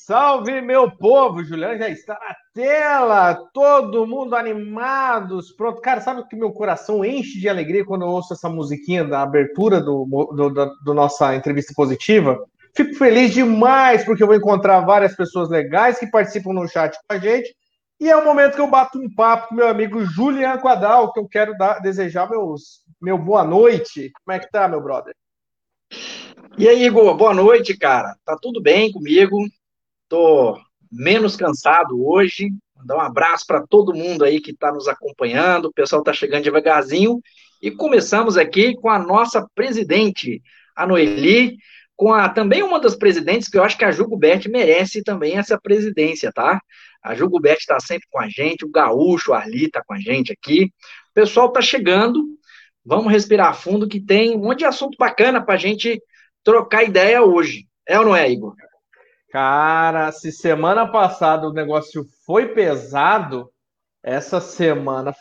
Salve, meu povo! Juliano já está na tela, todo mundo animados, pronto. Cara, sabe que meu coração enche de alegria quando eu ouço essa musiquinha da abertura do nossa entrevista positiva? Fico feliz demais porque eu vou encontrar várias pessoas legais que participam no chat com a gente. E é o momento que eu bato um papo com meu amigo Julian Quadral, que eu quero desejar meu boa noite. Como é que tá, meu brother? E aí, Igor, boa noite, cara. Tá tudo bem comigo? Tô menos cansado hoje. Mandar um abraço para todo mundo aí que está nos acompanhando. O pessoal tá chegando devagarzinho. E começamos aqui com a nossa presidente, a Noeli, com a também uma das presidentes que eu acho que a Ju Gubert merece também essa presidência, tá? A Ju Gubert está sempre com a gente, o Gaúcho, o Arli está com a gente aqui. O pessoal tá chegando. Vamos respirar fundo que tem um monte de assunto bacana para a gente trocar ideia hoje. É ou não é, Igor? Cara, se semana passada o negócio foi pesado, essa semana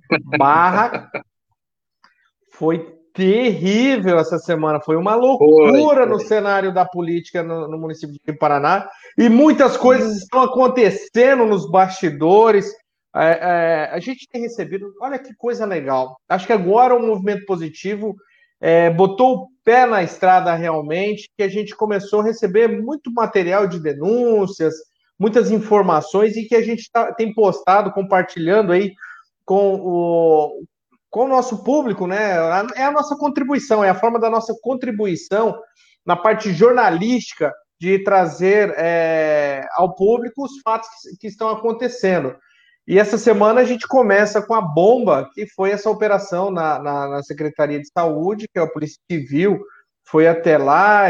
foi terrível essa semana, foi uma Foi, loucura no foi. cenário da política no município de Paraná, e muitas coisas estão acontecendo nos bastidores. A gente tem recebido, olha que coisa legal. Acho que agora o movimento positivo botou o pé na estrada realmente, que a gente começou a receber muito material de denúncias, muitas informações, e que a gente tem postado, compartilhando aí com o nosso público, né? É a nossa contribuição, é a forma da nossa contribuição na parte jornalística de trazer ao público os fatos que estão acontecendo. E essa semana a gente começa com a bomba, que foi essa operação na Secretaria de Saúde, que é a Polícia Civil foi até lá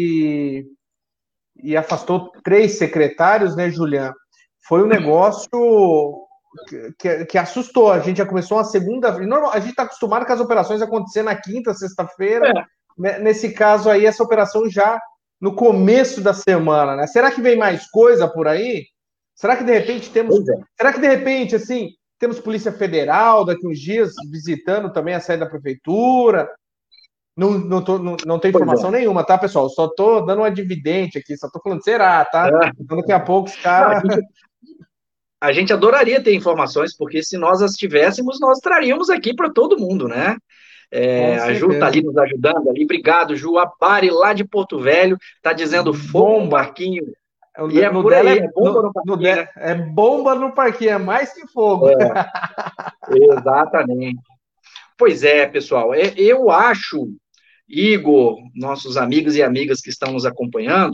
e afastou 3 secretários, né, Julian? Foi um negócio que assustou. A gente já começou uma segunda. A gente está acostumado com as operações acontecer na quinta, sexta-feira. É, Nesse caso aí, essa operação já no começo da semana, né? Será que vem mais coisa por aí? Será que de repente temos. pois é. Será que de repente, assim, temos Polícia Federal daqui uns dias visitando também a sede da prefeitura? Não tem Pois informação é. nenhuma, tá, pessoal? Só tô dando uma dividente aqui, só tô falando, será, tá? É. Então, daqui a pouco os Não, a caras. gente, a gente adoraria ter informações, porque se nós as tivéssemos, nós traríamos aqui para todo mundo, né? Com A Ju está ali certeza. nos ajudando ali. Obrigado, Ju. A Bari, lá de Porto Velho, está dizendo fogo no Bomba. parquinho. E é No por dela aí, é bomba no parquinho, né? é bomba no parquinho, é mais que fogo. Exatamente. Pois é, pessoal. Eu acho, Igor, nossos amigos e amigas que estão nos acompanhando,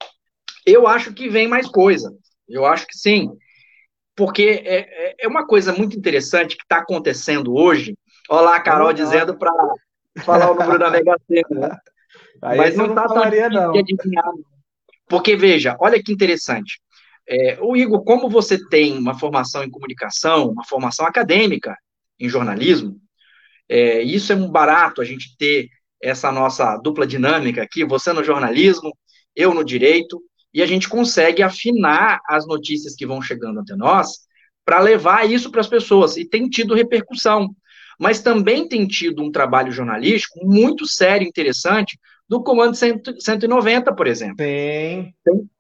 eu acho que vem mais coisa. Eu acho que sim. Porque é uma coisa muito interessante que está acontecendo hoje. Olha lá a Carol Vamos dizendo lá. para falar o número da Mega Sena, né? Aí Mas esse não eu não está tão falaria, difícil de não. adivinhar. Porque, veja, olha que interessante. O Igor, como você tem uma formação em comunicação, uma formação acadêmica em jornalismo, isso é um barato a gente ter essa nossa dupla dinâmica aqui, você no jornalismo, eu no direito, e a gente consegue afinar as notícias que vão chegando até nós para levar isso para as pessoas, e tem tido repercussão. Mas também tem tido um trabalho jornalístico muito sério e interessante do Comando 190, por exemplo. Tem.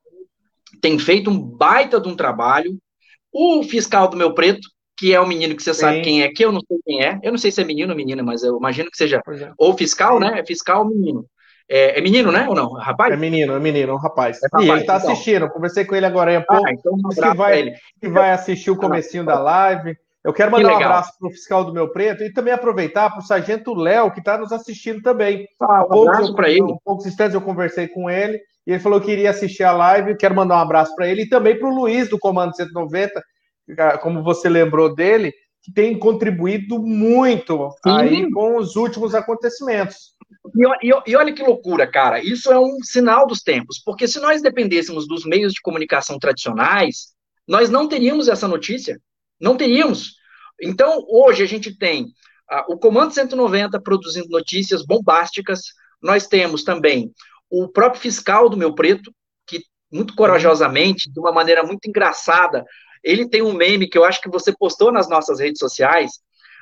Tem feito um baita de um trabalho. O fiscal do Meu Preto, que é um menino que você sabe Tem. quem é, que eu não sei quem é. Eu não sei se é menino ou menina, mas eu imagino que seja Pois é. ou fiscal, né? É fiscal ou menino. É menino, né? Ou não? Rapaz? É menino, um rapaz. É E ele rapaz, tá então. assistindo. Eu conversei com ele agora há pouco. Então um Disse abraço para ele. que Então, vai assistir o comecinho da live. Eu quero que mandar um legal. abraço pro fiscal do Meu Preto e também aproveitar para o Sargento Léo, que está nos assistindo também. Um abraço para Há ele. poucos instantes eu conversei com ele e ele falou que iria assistir a live. Quero mandar um abraço para ele e também para o Luiz, do Comando 190, como você lembrou dele, que tem contribuído muito aí Sim. com os últimos acontecimentos. E olha que loucura, cara. Isso é um sinal dos tempos, porque se nós dependêssemos dos meios de comunicação tradicionais, nós não teríamos essa notícia. Não teríamos. Então, hoje a gente tem o Comando 190 produzindo notícias bombásticas. Nós temos também o próprio fiscal do Meu Preto, que muito Sim. corajosamente, de uma maneira muito engraçada, ele tem um meme que eu acho que você postou nas nossas redes sociais,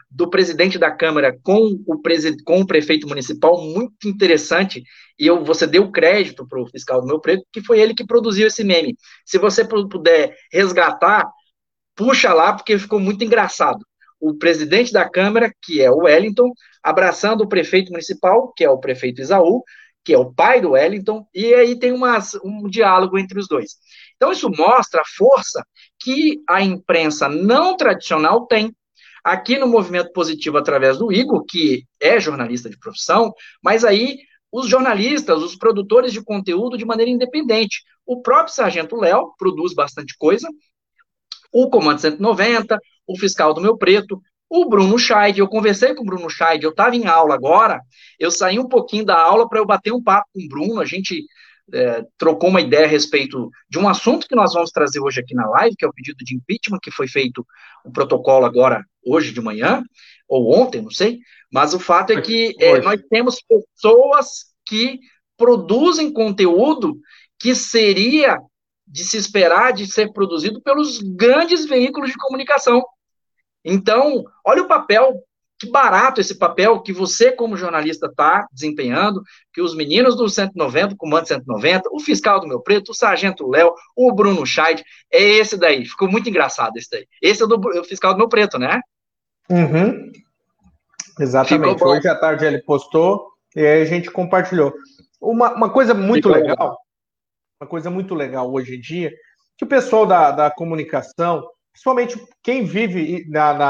do presidente da Câmara com o prefeito municipal, muito interessante, e você deu crédito para o fiscal do Meu Preto, que foi ele que produziu esse meme. Se você puder resgatar, puxa lá, porque ficou muito engraçado. O presidente da Câmara, que é o Wellington, abraçando o prefeito municipal, que é o prefeito Isaú, que é o pai do Wellington, e aí tem um diálogo entre os dois. Então, isso mostra a força que a imprensa não tradicional tem. Aqui no Movimento Positivo, através do Igor, que é jornalista de profissão, mas aí os jornalistas, os produtores de conteúdo de maneira independente. O próprio Sargento Léo produz bastante coisa, o Comando 190, o fiscal do Meu Preto, o Bruno Scheid. Eu conversei com o Bruno Scheid, eu estava em aula agora, eu saí um pouquinho da aula para eu bater um papo com o Bruno, a gente trocou uma ideia a respeito de um assunto que nós vamos trazer hoje aqui na live, que é o pedido de impeachment, que foi feito o protocolo agora, hoje de manhã, ou ontem, não sei, mas o fato é que nós temos pessoas que produzem conteúdo que seria de se esperar de ser produzido pelos grandes veículos de comunicação. Então, olha o papel, que barato esse papel que você, como jornalista, está desempenhando, que os meninos do 190, Comando 190, o fiscal do Meu Preto, o Sargento Léo, o Bruno Scheid, é esse daí. Ficou muito engraçado esse daí. Esse é o fiscal do Meu Preto, né? Uhum. Exatamente. Hoje à tarde ele postou e aí a gente compartilhou. Uma coisa muito legal. Uma coisa muito legal hoje em dia, que o pessoal da comunicação, principalmente quem vive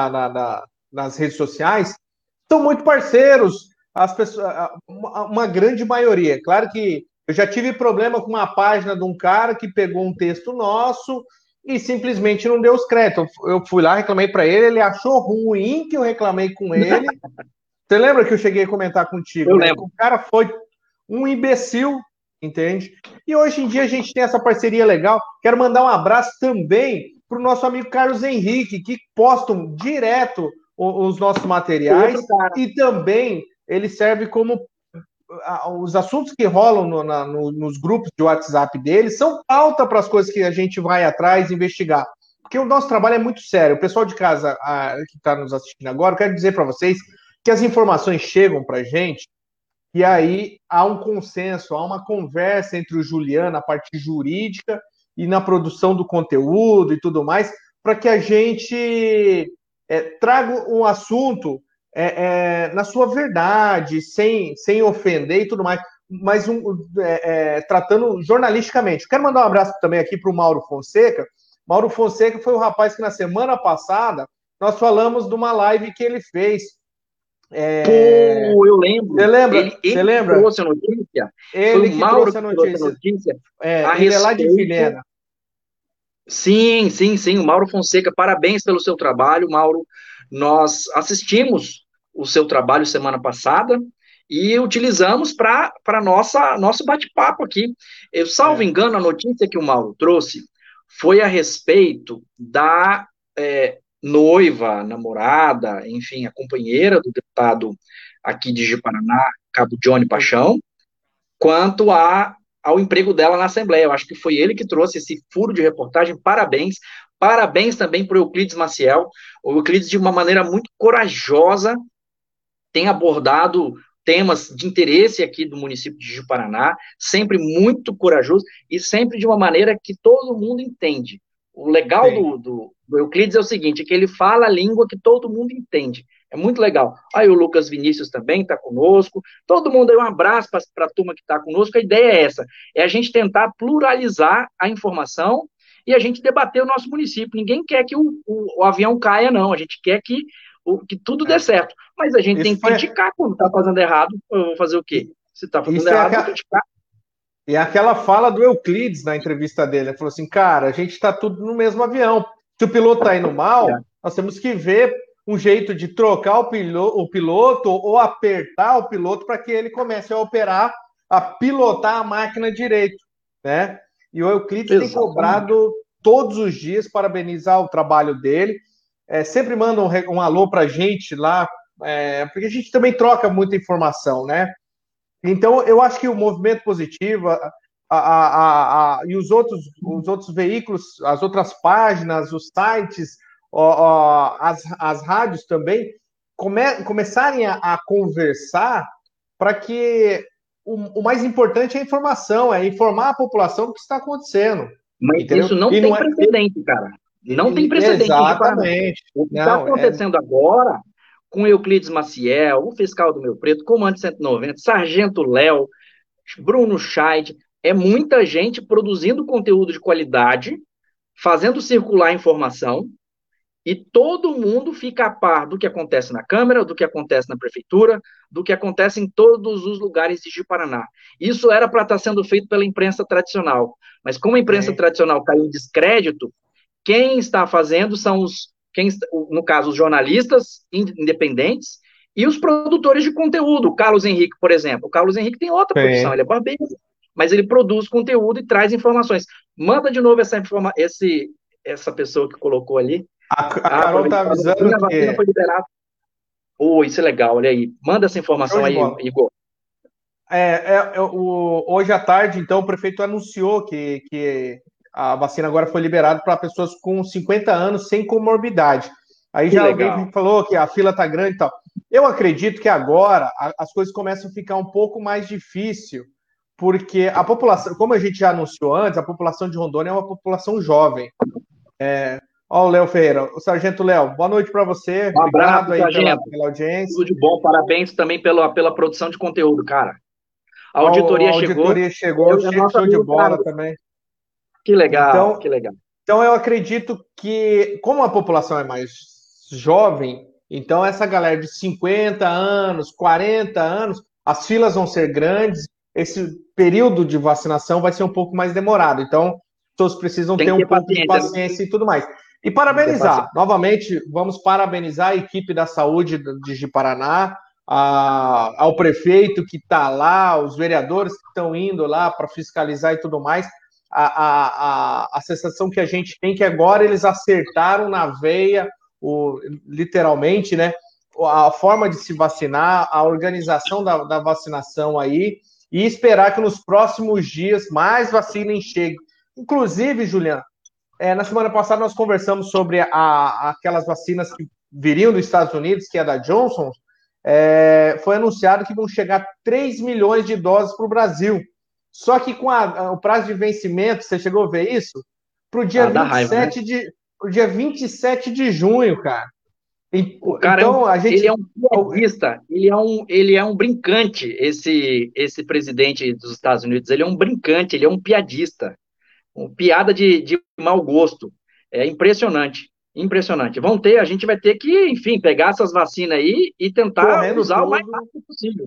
nas redes sociais, são muito parceiros, as pessoas, uma grande maioria. Claro que eu já tive problema com uma página de um cara que pegou um texto nosso e simplesmente não deu os créditos. Eu fui lá, reclamei para ele, ele achou ruim que eu reclamei com ele. Você lembra que eu cheguei a comentar contigo? Eu lembro. O cara foi um imbecil, entende? E hoje em dia a gente tem essa parceria legal. Quero mandar um abraço também para o nosso amigo Carlos Henrique, que postam direto os nossos materiais e também ele serve como os assuntos que rolam nos grupos de WhatsApp dele são pauta para as coisas que a gente vai atrás investigar. Porque o nosso trabalho é muito sério. O pessoal de casa que está nos assistindo agora, eu quero dizer para vocês que as informações chegam para a gente e aí há um consenso, há uma conversa entre o Juliano, a parte jurídica, e na produção do conteúdo e tudo mais, para que a gente traga um assunto na sua verdade, sem ofender e tudo mais, mas tratando jornalisticamente. Quero mandar um abraço também aqui para o Mauro Fonseca. Mauro Fonseca foi o rapaz que na semana passada nós falamos de uma live que ele fez. Pô, eu lembro. Você lembra? Ele lembra? Trouxe a notícia. Ele foi o Mauro trouxe a notícia. Ele é lá de Vilhena. Sim, o Mauro Fonseca. Parabéns pelo seu trabalho, Mauro. Nós assistimos o seu trabalho semana passada e utilizamos para nosso bate-papo aqui. Eu salvo engano, a notícia que o Mauro trouxe foi a respeito da noiva, namorada, enfim, a companheira do deputado aqui de Ji-Paraná, Cabo Johnny Paixão, quanto ao emprego dela na Assembleia. Eu acho que foi ele que trouxe esse furo de reportagem. Parabéns. Parabéns também para o Euclides Maciel. O Euclides, de uma maneira muito corajosa, tem abordado temas de interesse aqui do município de Ji-Paraná, sempre muito corajoso e sempre de uma maneira que todo mundo entende. O legal do Euclides é o seguinte, é que ele fala a língua que todo mundo entende. É muito legal. Aí o Lucas Vinícius também está conosco. Todo mundo aí, um abraço para a turma que está conosco. A ideia é essa, é a gente tentar pluralizar a informação e a gente debater o nosso município. Ninguém quer que o avião caia, não. A gente quer que tudo dê certo. Mas a gente tem que criticar quando está fazendo errado. Eu vou fazer o quê? Se está fazendo errado, vou criticar. E aquela fala do Euclides na entrevista dele, ele falou assim, cara, a gente está tudo no mesmo avião. Se o piloto está indo mal, nós temos que ver um jeito de trocar o piloto ou apertar o piloto para que ele comece a operar, a pilotar a máquina direito, né? E o Euclides tem cobrado todos os dias, parabenizar o trabalho dele, sempre manda um alô para a gente lá, porque a gente também troca muita informação, né? Então, eu acho que o Movimento Positivo e os outros veículos, as outras páginas, os sites, as rádios também, começarem a conversar para que o mais importante é a informação, é informar a população do que está acontecendo. Mas Entendeu? isso não E tem não é. precedente, cara. Não tem precedente de Paraná. Exatamente. O que está Não, é. acontecendo agora com Euclides Maciel, o fiscal do Meu Preto, Comando 190, Sargento Léo, Bruno Scheid, é muita gente produzindo conteúdo de qualidade, fazendo circular informação, e todo mundo fica a par do que acontece na Câmara, do que acontece na Prefeitura, do que acontece em todos os lugares de Ji-Paraná. Isso era para estar sendo feito pela imprensa tradicional, mas como a imprensa tradicional caiu em descrédito, quem está fazendo são no caso, os jornalistas independentes e os produtores de conteúdo. O Carlos Henrique, por exemplo. O Carlos Henrique tem outra profissão, ele é barbeiro, mas ele produz conteúdo e traz informações. Manda de novo essa pessoa que colocou ali. A Carol está avisando a vacina foi liberada. Isso é legal, olha aí. Manda essa informação aí, Igor. Hoje à tarde, então, o prefeito anunciou que a vacina agora foi liberada para pessoas com 50 anos sem comorbidade. Aí já alguém falou que a fila está grande e tal. Eu acredito que agora as coisas começam a ficar um pouco mais difícil, porque a população, como a gente já anunciou antes, a população de Rondônia é uma população jovem. Ó, o Léo Ferreira, o Sargento Léo, boa noite para você. Um abraço, obrigado aí pela audiência. Tudo de bom, parabéns também pela produção de conteúdo, cara. A auditoria chegou, show de bola também. Que legal, que legal. Então eu acredito que, como a população é mais jovem, então essa galera de 50 anos, 40 anos, as filas vão ser grandes, esse período de vacinação vai ser um pouco mais demorado. Então, todos precisam ter um pouco de paciência e tudo mais. E parabenizar, novamente, vamos parabenizar a equipe da saúde de Ji-Paraná, ao prefeito que está lá, os vereadores que estão indo lá para fiscalizar e tudo mais. A sensação que a gente tem que agora eles acertaram na veia, literalmente, né? A forma de se vacinar, a organização da vacinação aí, e esperar que nos próximos dias mais vacinas cheguem. Inclusive, Juliana, na semana passada nós conversamos sobre aquelas vacinas que viriam dos Estados Unidos, que é da Johnson. Foi anunciado que vão chegar 3 milhões de doses para o Brasil. Só que com o prazo de vencimento, você chegou a ver isso? Para o dia 27 de junho, cara. O cara então, ele é um piadista, ele é um brincante, esse presidente dos Estados Unidos, ele é um brincante, ele é um piadista, piada de mau gosto. É impressionante, impressionante. A gente vai ter que, enfim, pegar essas vacinas aí e tentar usar o mais rápido possível.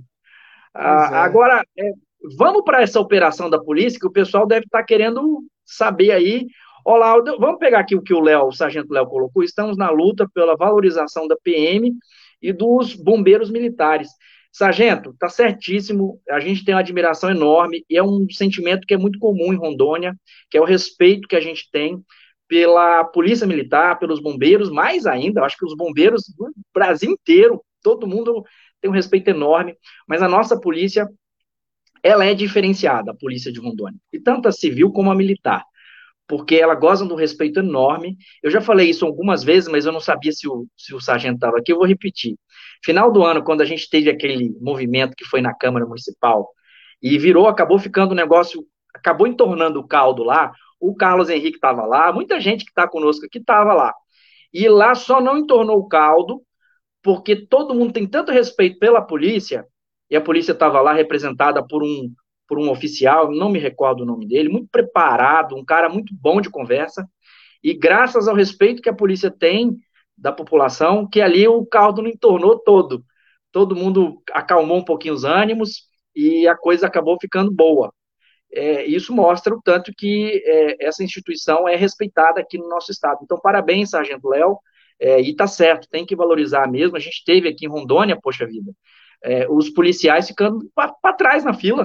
Agora, vamos para essa operação da polícia, que o pessoal deve estar querendo saber aí. Olá, vamos pegar aqui o que o Sargento Léo colocou. Estamos na luta pela valorização da PM e dos bombeiros militares. Sargento, tá certíssimo, a gente tem uma admiração enorme e é um sentimento que é muito comum em Rondônia, que é o respeito que a gente tem pela polícia militar, pelos bombeiros, mais ainda, acho que os bombeiros do Brasil inteiro, todo mundo tem um respeito enorme, mas a nossa polícia, ela é diferenciada, a polícia de Rondônia, e tanto a civil como a militar, porque ela goza de um respeito enorme. Eu já falei isso algumas vezes, mas eu não sabia se o sargento estava aqui, eu vou repetir. Final do ano, quando a gente teve aquele movimento que foi na Câmara Municipal, e acabou ficando um negócio, acabou entornando o caldo lá, o Carlos Henrique estava lá, muita gente que está conosco aqui estava lá, e lá só não entornou o caldo, porque todo mundo tem tanto respeito pela polícia, e a polícia estava lá representada por um oficial, não me recordo o nome dele, muito preparado, um cara muito bom de conversa, e graças ao respeito que a polícia tem da população, que ali o caldo não entornou todo mundo acalmou um pouquinho os ânimos, e a coisa acabou ficando boa. Isso mostra o tanto que essa instituição é respeitada aqui no nosso estado. Então, parabéns, Sargento Léo, e tá certo, tem que valorizar mesmo. A gente teve aqui em Rondônia, poxa vida, os policiais ficando para trás na fila,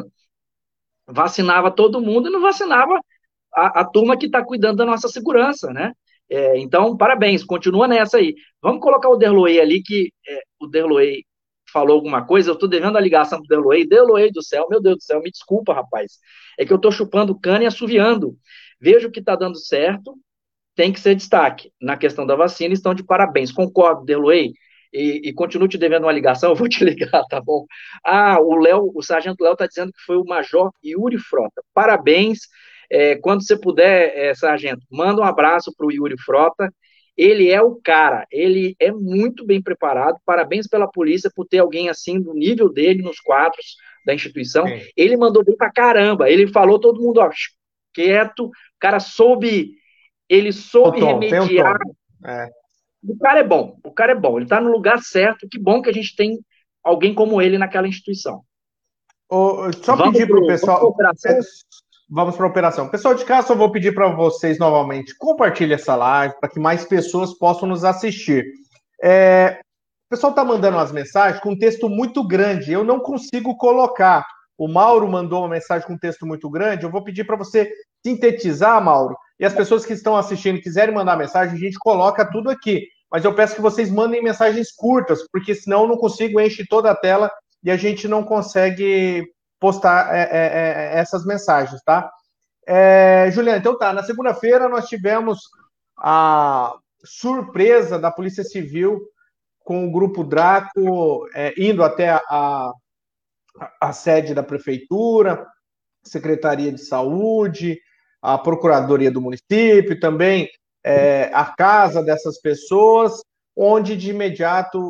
vacinava todo mundo e não vacinava a turma que está cuidando da nossa segurança, né? Então, parabéns, continua nessa aí. Vamos colocar o Derloey ali, que o Derloey falou alguma coisa, eu estou devendo a ligação pro Derloey do céu, meu Deus do céu, me desculpa, rapaz, é que eu estou chupando cana e assoviando. Vejo que está dando certo, tem que ser destaque na questão da vacina, estão de parabéns. Concordo, Derloey, e continuo te devendo uma ligação, eu vou te ligar, tá bom? Ah, o Sargento Léo está dizendo que foi o Major Yuri Frota. Parabéns. Quando você puder, Sargento, manda um abraço para o Yuri Frota. Ele é o cara, ele é muito bem preparado. Parabéns pela polícia por ter alguém assim do nível dele nos quadros da instituição. Sim. Ele mandou bem pra caramba. Ele falou todo mundo, ó, quieto. O cara ele soube Tem um remediar. tom. É. O cara é bom, o cara é bom. Ele tá no lugar certo. Que bom que a gente tem alguém como ele naquela instituição. Só pedir para o pessoal. Operação? Vamos para a operação. Pessoal de casa, eu vou pedir para vocês novamente, compartilhe essa live para que mais pessoas possam nos assistir. O pessoal está mandando umas mensagens com um texto muito grande, eu não consigo colocar. O Mauro mandou uma mensagem com um texto muito grande, eu vou pedir para você sintetizar, Mauro, e as pessoas que estão assistindo quiserem mandar mensagem, a gente coloca tudo aqui. Mas eu peço que vocês mandem mensagens curtas, porque senão eu não consigo encher toda a tela e a gente não consegue postar essas mensagens, tá? Juliana, então tá, na segunda-feira nós tivemos a surpresa da Polícia Civil com o Grupo Draco indo até a sede da Prefeitura, Secretaria de Saúde, a Procuradoria do município, também a casa dessas pessoas, onde de imediato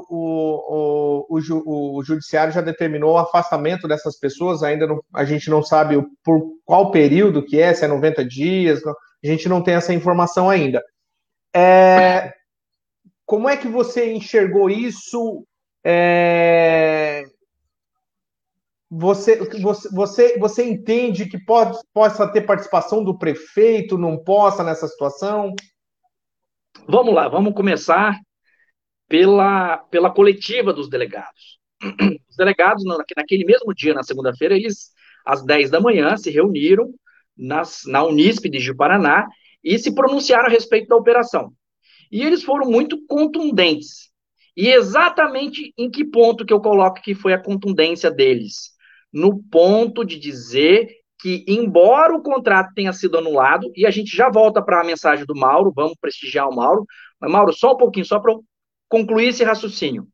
o Judiciário já determinou o afastamento dessas pessoas, ainda não, a gente não sabe por qual período que se é 90 dias, a gente não tem essa informação ainda. Como é que você enxergou isso? Você entende que possa ter participação do prefeito, não possa nessa situação? Vamos lá, vamos começar pela coletiva dos delegados. Os delegados, naquele mesmo dia, na segunda-feira, eles, às 10 da manhã, se reuniram na Unisp de Ji-Paraná e se pronunciaram a respeito da operação. E eles foram muito contundentes. E exatamente em que ponto que eu coloco que foi a contundência deles? No ponto de dizer que, embora o contrato tenha sido anulado, e a gente já volta para a mensagem do Mauro, vamos prestigiar o Mauro, mas, Mauro, só um pouquinho, só para eu concluir esse raciocínio.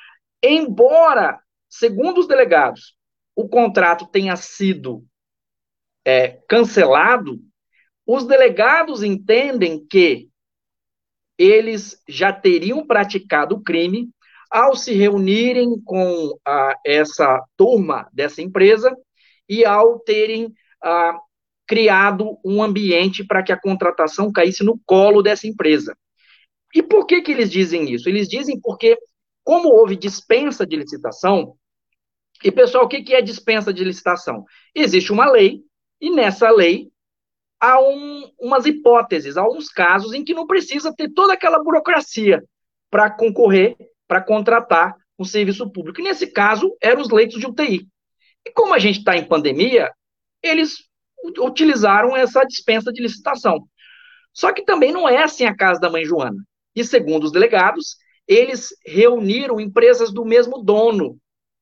Embora, segundo os delegados, o contrato tenha sido cancelado, os delegados entendem que eles já teriam praticado o crime ao se reunirem com essa turma dessa empresa e ao terem criado um ambiente para que a contratação caísse no colo dessa empresa. E por que eles dizem isso? Eles dizem porque, como houve dispensa de licitação, e pessoal, o que é dispensa de licitação? Existe uma lei, e nessa lei há umas hipóteses, há uns casos em que não precisa ter toda aquela burocracia para concorrer, para contratar um serviço público. E nesse caso, eram os leitos de UTI. E como a gente está em pandemia, eles utilizaram essa dispensa de licitação. Só que também não é assim a casa da mãe Joana. E segundo os delegados, eles reuniram empresas do mesmo dono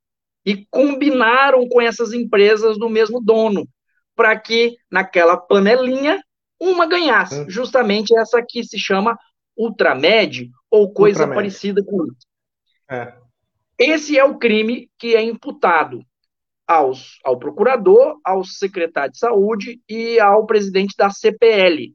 e combinaram com essas empresas do mesmo dono, para que naquela panelinha uma ganhasse, justamente essa que se chama Ultramed ou coisa Ultramed. parecida com isso. Esse é o crime que é imputado ao procurador, ao secretário de saúde e ao presidente da CPL.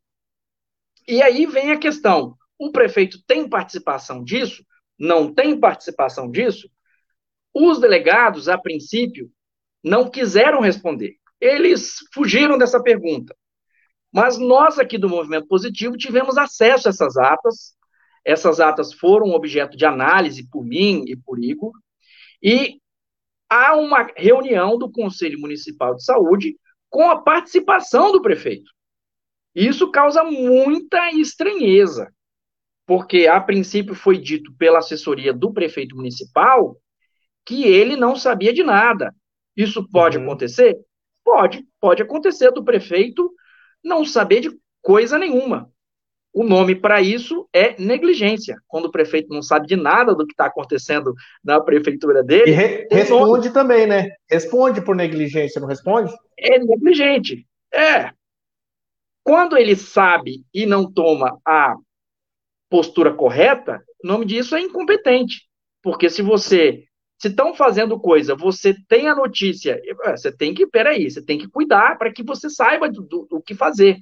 E aí vem a questão, o prefeito tem participação disso? Não tem participação disso? Os delegados, a princípio, não quiseram responder. Eles fugiram dessa pergunta. Mas nós aqui do Movimento Positivo tivemos acesso a essas atas. Essas atas foram objeto de análise por mim e por Igor. E há uma reunião do Conselho Municipal de Saúde com a participação do prefeito. Isso causa muita estranheza, porque a princípio foi dito pela assessoria do prefeito municipal que ele não sabia de nada. Isso pode acontecer? Pode acontecer do prefeito não saber de coisa nenhuma. O nome para isso é negligência. Quando o prefeito não sabe de nada do que está acontecendo na prefeitura dele. E responde também, né? Responde por negligência, não responde? É negligente. Quando ele sabe e não toma a postura correta, o nome disso é incompetente. Porque se estão fazendo coisa, você tem a notícia, você tem que, peraí, você tem que cuidar para que você saiba do que fazer.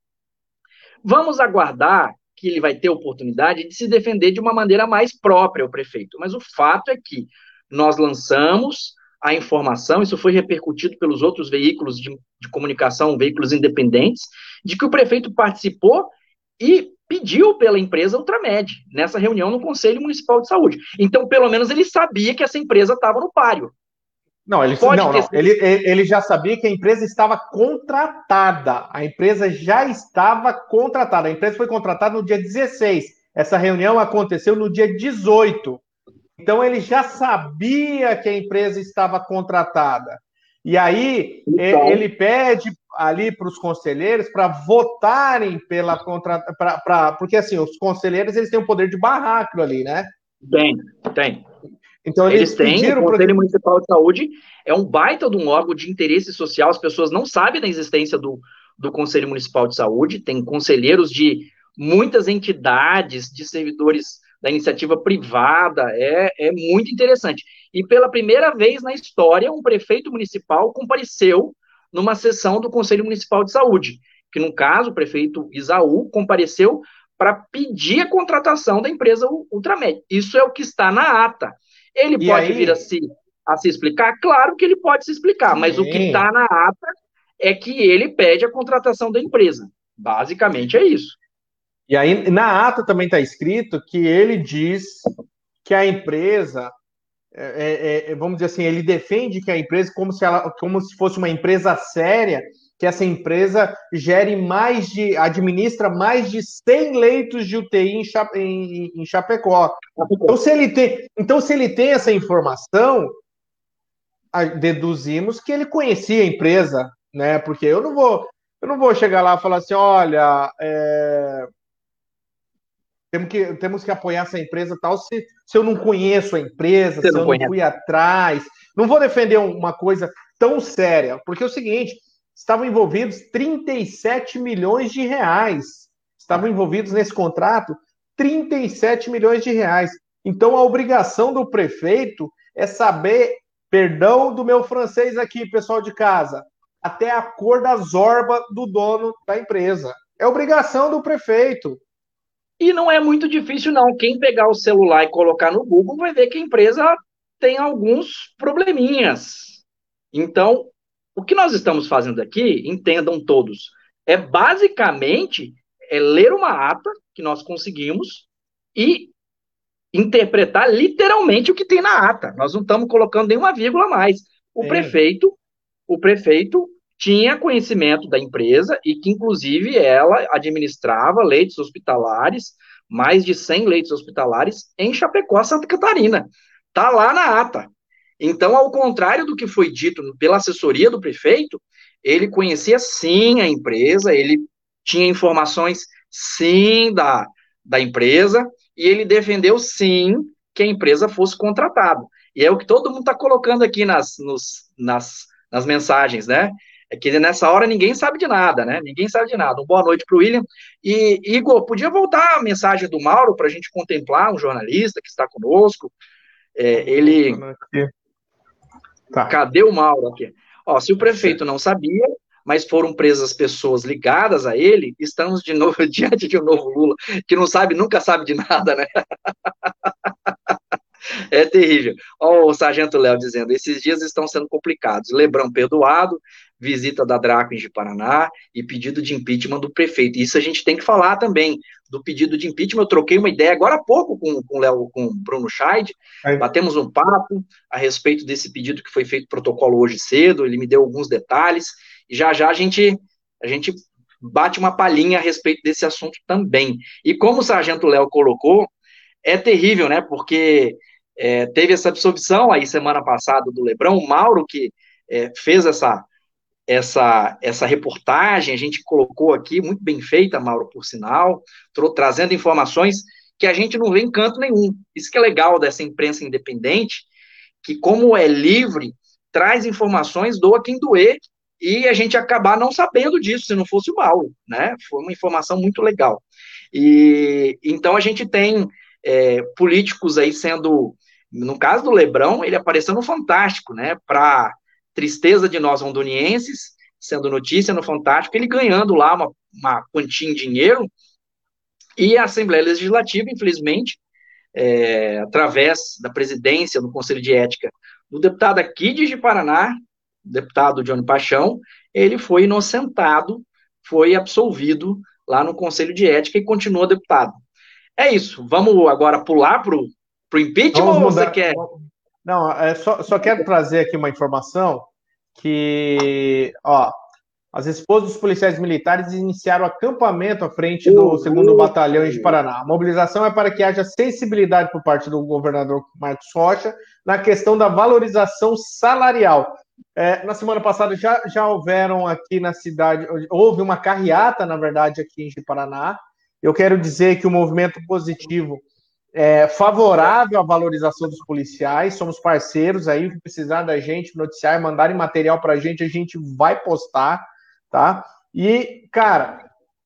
Vamos aguardar que ele vai ter oportunidade de se defender de uma maneira mais própria, o prefeito. Mas o fato é que nós lançamos a informação, isso foi repercutido pelos outros veículos de comunicação, veículos independentes, de que o prefeito participou e pediu pela empresa Ultramed, nessa reunião no Conselho Municipal de Saúde. Então, pelo menos ele sabia que essa empresa estava no páreo. Não, ele já sabia que a empresa estava contratada. A empresa já estava contratada. A empresa foi contratada no dia 16. Essa reunião aconteceu no dia 18. Então ele já sabia que a empresa estava contratada. E aí Então, ele pede ali para os conselheiros para votarem pela contratação, porque assim, os conselheiros eles têm o poder de barrar aquilo ali, né? tem. Então Eles eles têm, o pediram Conselho Municipal de Saúde é um baita de um órgão de interesse social, as pessoas não sabem da existência do Conselho Municipal de Saúde, tem conselheiros de muitas entidades, de servidores da iniciativa privada, é muito interessante. E pela primeira vez na história, um prefeito municipal compareceu numa sessão do Conselho Municipal de Saúde, que no caso, o prefeito Isaú compareceu para pedir a contratação da empresa Ultramed. Isso é o que está na ata. Ele e pode vir aí a se explicar? Claro que ele pode se explicar, mas o que sim. está na ata é que ele pede a contratação da empresa. Basicamente é isso. E aí na ata também está escrito que ele diz que a empresa vamos dizer assim, ele defende que a empresa, como se fosse uma empresa séria, que essa empresa administra mais de 100 leitos de UTI em Chapecó. Então, se ele tem essa informação, deduzimos que ele conhecia a empresa, né? Porque eu não vou chegar lá e falar assim, olha, temos que apoiar essa empresa tal, se eu não conheço a empresa, Você se não eu não conhece. fui atrás. Não vou defender uma coisa tão séria, porque é o seguinte, estavam envolvidos 37 milhões de reais. Estavam envolvidos nesse contrato 37 milhões de reais. Então a obrigação do prefeito é saber, perdão do meu francês aqui, pessoal de casa, até a cor da zorba do dono da empresa. É obrigação do prefeito. E não é muito difícil, não. Quem pegar o celular e colocar no Google vai ver que a empresa tem alguns probleminhas. Então, o que nós estamos fazendo aqui, entendam todos, é basicamente ler uma ata que nós conseguimos e interpretar literalmente o que tem na ata. Nós não estamos colocando nenhuma vírgula a mais. O Sim. prefeito, o prefeito tinha conhecimento da empresa e que, inclusive, ela administrava leitos hospitalares, mais de 100 leitos hospitalares em Chapecó, Santa Catarina. Está lá na ata. Então, ao contrário do que foi dito pela assessoria do prefeito, ele conhecia sim a empresa, ele tinha informações sim da empresa, e ele defendeu sim que a empresa fosse contratada. E é o que todo mundo está colocando aqui nas mensagens, né? É que nessa hora ninguém sabe de nada, né? Ninguém sabe de nada. Boa noite para o William. E, Igor, podia voltar a mensagem do Mauro para a gente contemplar um jornalista que está conosco? Ele. Tá. Cadê o Mauro aqui? Ó, se o prefeito não sabia, mas foram presas pessoas ligadas a ele, estamos de novo diante de um novo Lula, que não sabe, nunca sabe de nada, né? É terrível. Olha o Sargento Léo dizendo, esses dias estão sendo complicados. Lebrão perdoado, visita da Draco em Paraná e pedido de impeachment do prefeito. Isso a gente tem que falar também, do pedido de impeachment. Eu troquei uma ideia agora há pouco com o Bruno Scheid, batemos um papo a respeito desse pedido que foi feito protocolo hoje cedo, ele me deu alguns detalhes, e já a gente bate uma palhinha a respeito desse assunto também. E como o Sargento Léo colocou, é terrível, né? Porque teve essa absorção aí semana passada do Lebrão, o Mauro que fez essa reportagem, a gente colocou aqui, muito bem feita, Mauro, por sinal, trazendo informações que a gente não vê em canto nenhum. Isso que é legal dessa imprensa independente, que como é livre, traz informações, doa quem doer, e a gente acabar não sabendo disso, se não fosse o Mauro, né? Foi uma informação muito legal. E então a gente tem políticos aí sendo No caso do Lebrão, ele apareceu no Fantástico, né? Para tristeza de nós rondonienses, sendo notícia no Fantástico, ele ganhando lá uma quantia em dinheiro, e a Assembleia Legislativa, infelizmente, através da presidência do Conselho de Ética do deputado aqui de Paraná, deputado Johnny Paixão, ele foi inocentado, foi absolvido lá no Conselho de Ética e continua deputado. É isso. Vamos agora pular para o impeachment ou você quer? Não, só quero trazer aqui uma informação que, ó, as esposas dos policiais militares iniciaram acampamento à frente do 2º Batalhão de Paraná. A mobilização é para que haja sensibilidade por parte do governador Marcos Rocha na questão da valorização salarial. Na semana passada já houveram aqui na cidade, houve uma carreata, na verdade, aqui em Paraná. Eu quero dizer que o movimento positivo é favorável à valorização dos policiais, somos parceiros aí, se precisar da gente, noticiar, mandarem material para a gente vai postar, tá? E, cara,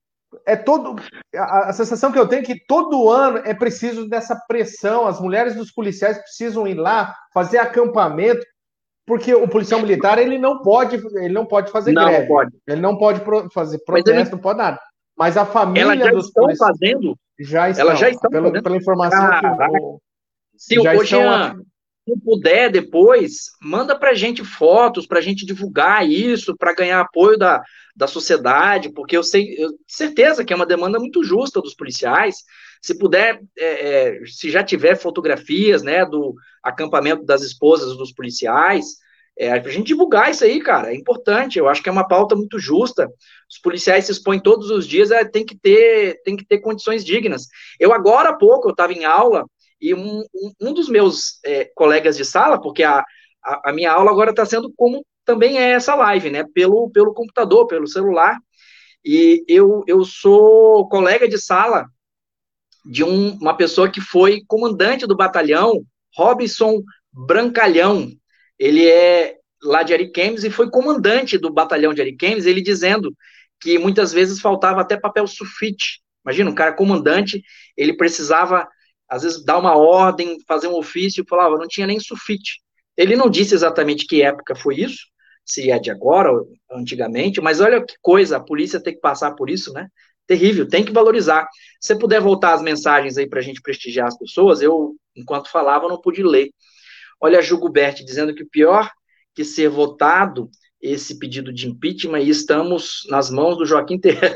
a sensação que eu tenho é que todo ano é preciso dessa pressão, as mulheres dos policiais precisam ir lá, fazer acampamento, porque o policial militar, ele não pode fazer greve, ele não pode fazer protesto, não pode nada. Mas a família dos policiais fazendo? Elas já estão pela informação que o Jean, se puder depois, manda pra gente fotos, pra gente divulgar isso, para ganhar apoio da sociedade, porque eu certeza que é uma demanda muito justa dos policiais. Se puder, se já tiver fotografias, né, do acampamento das esposas dos policiais, pra gente divulgar isso aí, cara, é importante. Eu acho que é uma pauta muito justa. Os policiais se expõem todos os dias, tem que ter condições dignas. Agora há pouco, eu estava em aula, e um dos meus colegas de sala, porque a minha aula agora está sendo como também é essa live, né, pelo computador, pelo celular, e eu sou colega de sala de uma pessoa que foi comandante do batalhão, Robson Brancalhão. Ele é lá de Ariquemes e foi comandante do batalhão de Ariquemes, ele dizendo que muitas vezes faltava até papel sulfite. Imagina, um cara comandante, ele precisava, às vezes, dar uma ordem, fazer um ofício, falava, não tinha nem sulfite. Ele não disse exatamente que época foi isso, se é de agora ou antigamente, mas olha que coisa, a polícia tem que passar por isso, né? Terrível, tem que valorizar. Se você puder voltar as mensagens aí para a gente prestigiar as pessoas, eu, enquanto falava, não pude ler. Olha a Ju Gubert dizendo que o pior que ser votado esse pedido de impeachment, e estamos nas mãos do Joaquim Terra.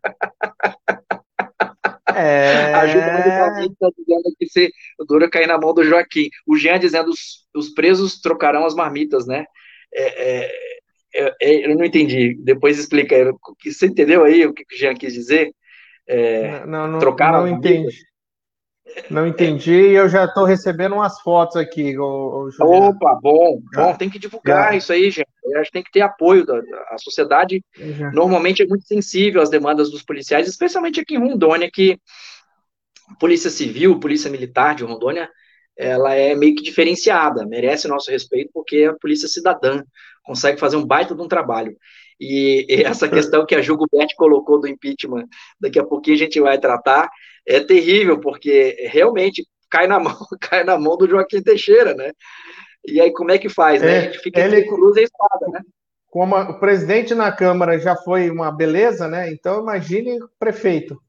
A Ju está dizendo que o duro cair na mão do Joaquim. O Jean dizendo os presos trocarão as marmitas, né? Eu não entendi. Depois explica. Você entendeu aí o que o Jean quis dizer? Trocaram as marmitas? Não entendi, e eu já estou recebendo umas fotos aqui. Opa, bom, tem que divulgar isso aí, gente. A gente tem que ter apoio da sociedade. Normalmente é muito sensível às demandas dos policiais, especialmente aqui em Rondônia, que a Polícia Civil, Polícia Militar de Rondônia, ela é meio que diferenciada, merece o nosso respeito, porque a Polícia Cidadã consegue fazer um baita de um trabalho. E essa questão que a Ju Gubert colocou do impeachment, daqui a pouquinho a gente vai tratar, é terrível, porque realmente cai na mão do Joaquim Teixeira, né? E aí como é que faz, né? A gente fica entre cruz e espada, né? Como o presidente na Câmara já foi uma beleza, né? Então imagine o prefeito.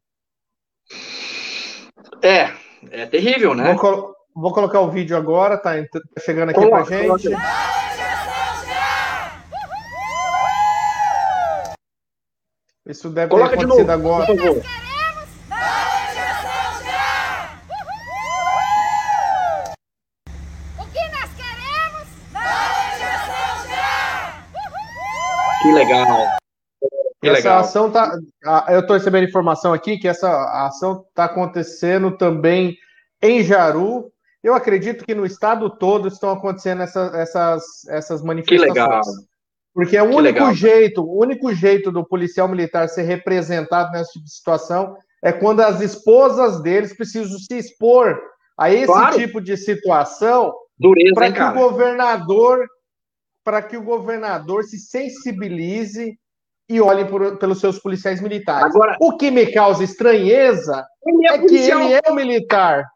É terrível, né? Vou colocar o vídeo agora, tá chegando aqui pra gente. Isso deve ter acontecido agora. Por favor. Que legal. Essa ação tá. Eu estou recebendo informação aqui que essa ação está acontecendo também em Jaru. Eu acredito que no estado todo estão acontecendo essas manifestações. Que legal. Porque é o único jeito do policial militar ser representado nessa tipo de situação é quando as esposas deles precisam se expor a esse tipo de situação para que o governador se sensibilize e olhe pelos seus policiais militares. Agora, o que me causa estranheza é que ele é um militar.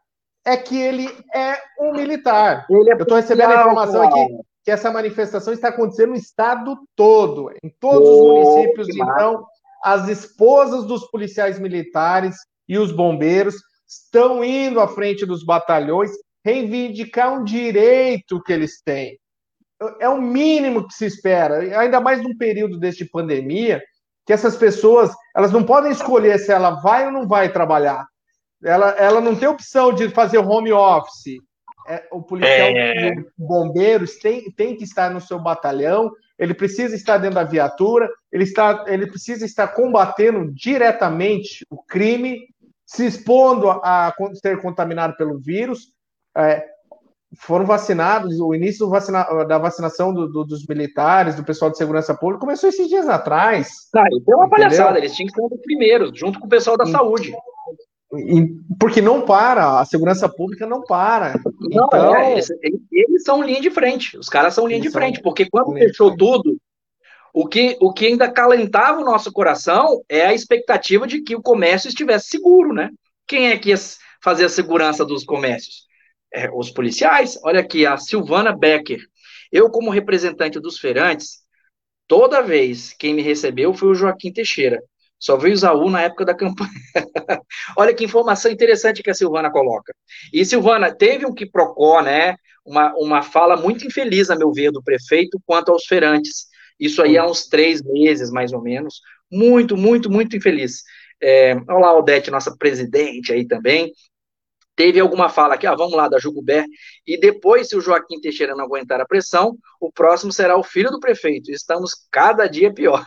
é que ele é um militar. Ele é Eu estou recebendo a policial, informação aqui cara. que essa manifestação está acontecendo no estado todo, em todos os Pô, municípios. que massa. Então, as esposas dos policiais militares e os bombeiros estão indo à frente dos batalhões reivindicar um direito que eles têm. É o mínimo que se espera, ainda mais num período deste pandemia, que essas pessoas elas não podem escolher se ela vai ou não vai trabalhar. Ela não tem opção de fazer home office. O policial e É, o bombeiro tem que estar no seu batalhão, ele precisa estar dentro da viatura, ele precisa estar combatendo diretamente o crime, se expondo a ser contaminado pelo vírus. É, foram vacinados, o início da vacinação dos militares, do pessoal de segurança pública, começou esses dias atrás, cara, isso é uma palhaçada. entendeu? Eles tinham que ser um dos primeiros, junto com o pessoal da saúde. Porque não para, a segurança pública não para. Não, Então, eles são linha de frente. Os caras são linha eles de frente, são porque quando linha de fechou frente. tudo, o que ainda calentava o nosso coração é a expectativa de que o comércio estivesse seguro, né? Quem é que ia fazer a segurança dos comércios? Os policiais. Olha aqui, a Silvana Becker. Eu, como representante dos feirantes, toda vez quem me recebeu foi o Joaquim Teixeira. Só veio o Zaú na época da campanha. Olha que informação interessante que a Silvana coloca. E, Silvana, teve um quiprocó, né? Uma fala muito infeliz, a meu ver, do prefeito quanto aos feirantes. Isso aí há Foi. uns 3 meses, mais ou menos. Muito, muito, muito infeliz. Olha lá, Odete, nossa presidente aí também. Teve alguma fala aqui, vamos lá, da Jugubert, e depois, se o Joaquim Teixeira não aguentar a pressão, o próximo será o filho do prefeito. Estamos cada dia pior.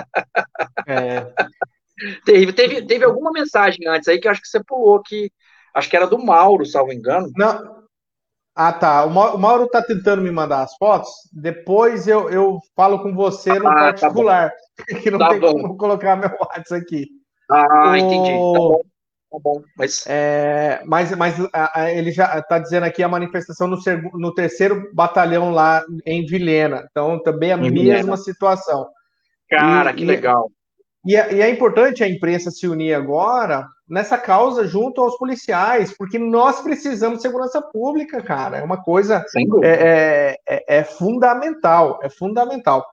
É, Teve alguma mensagem antes aí que eu acho que você pulou, que acho que era do Mauro, salvo engano. não, tá. O Mauro tá tentando me mandar as fotos. Depois eu falo com você no Ah, tá bom, particular, que não tá tem como bom. eu colocar meu WhatsApp aqui. Ah, entendi. Tá O, bom, tá bom. Mas, mas ele já está dizendo aqui a manifestação no terceiro batalhão lá em Vilhena. Então, também a Milena, mesma situação. cara, que E, legal. e é importante a imprensa se unir agora nessa causa junto aos policiais, porque nós precisamos de segurança pública, cara. É uma coisa Sem dúvida. é fundamental, é fundamental.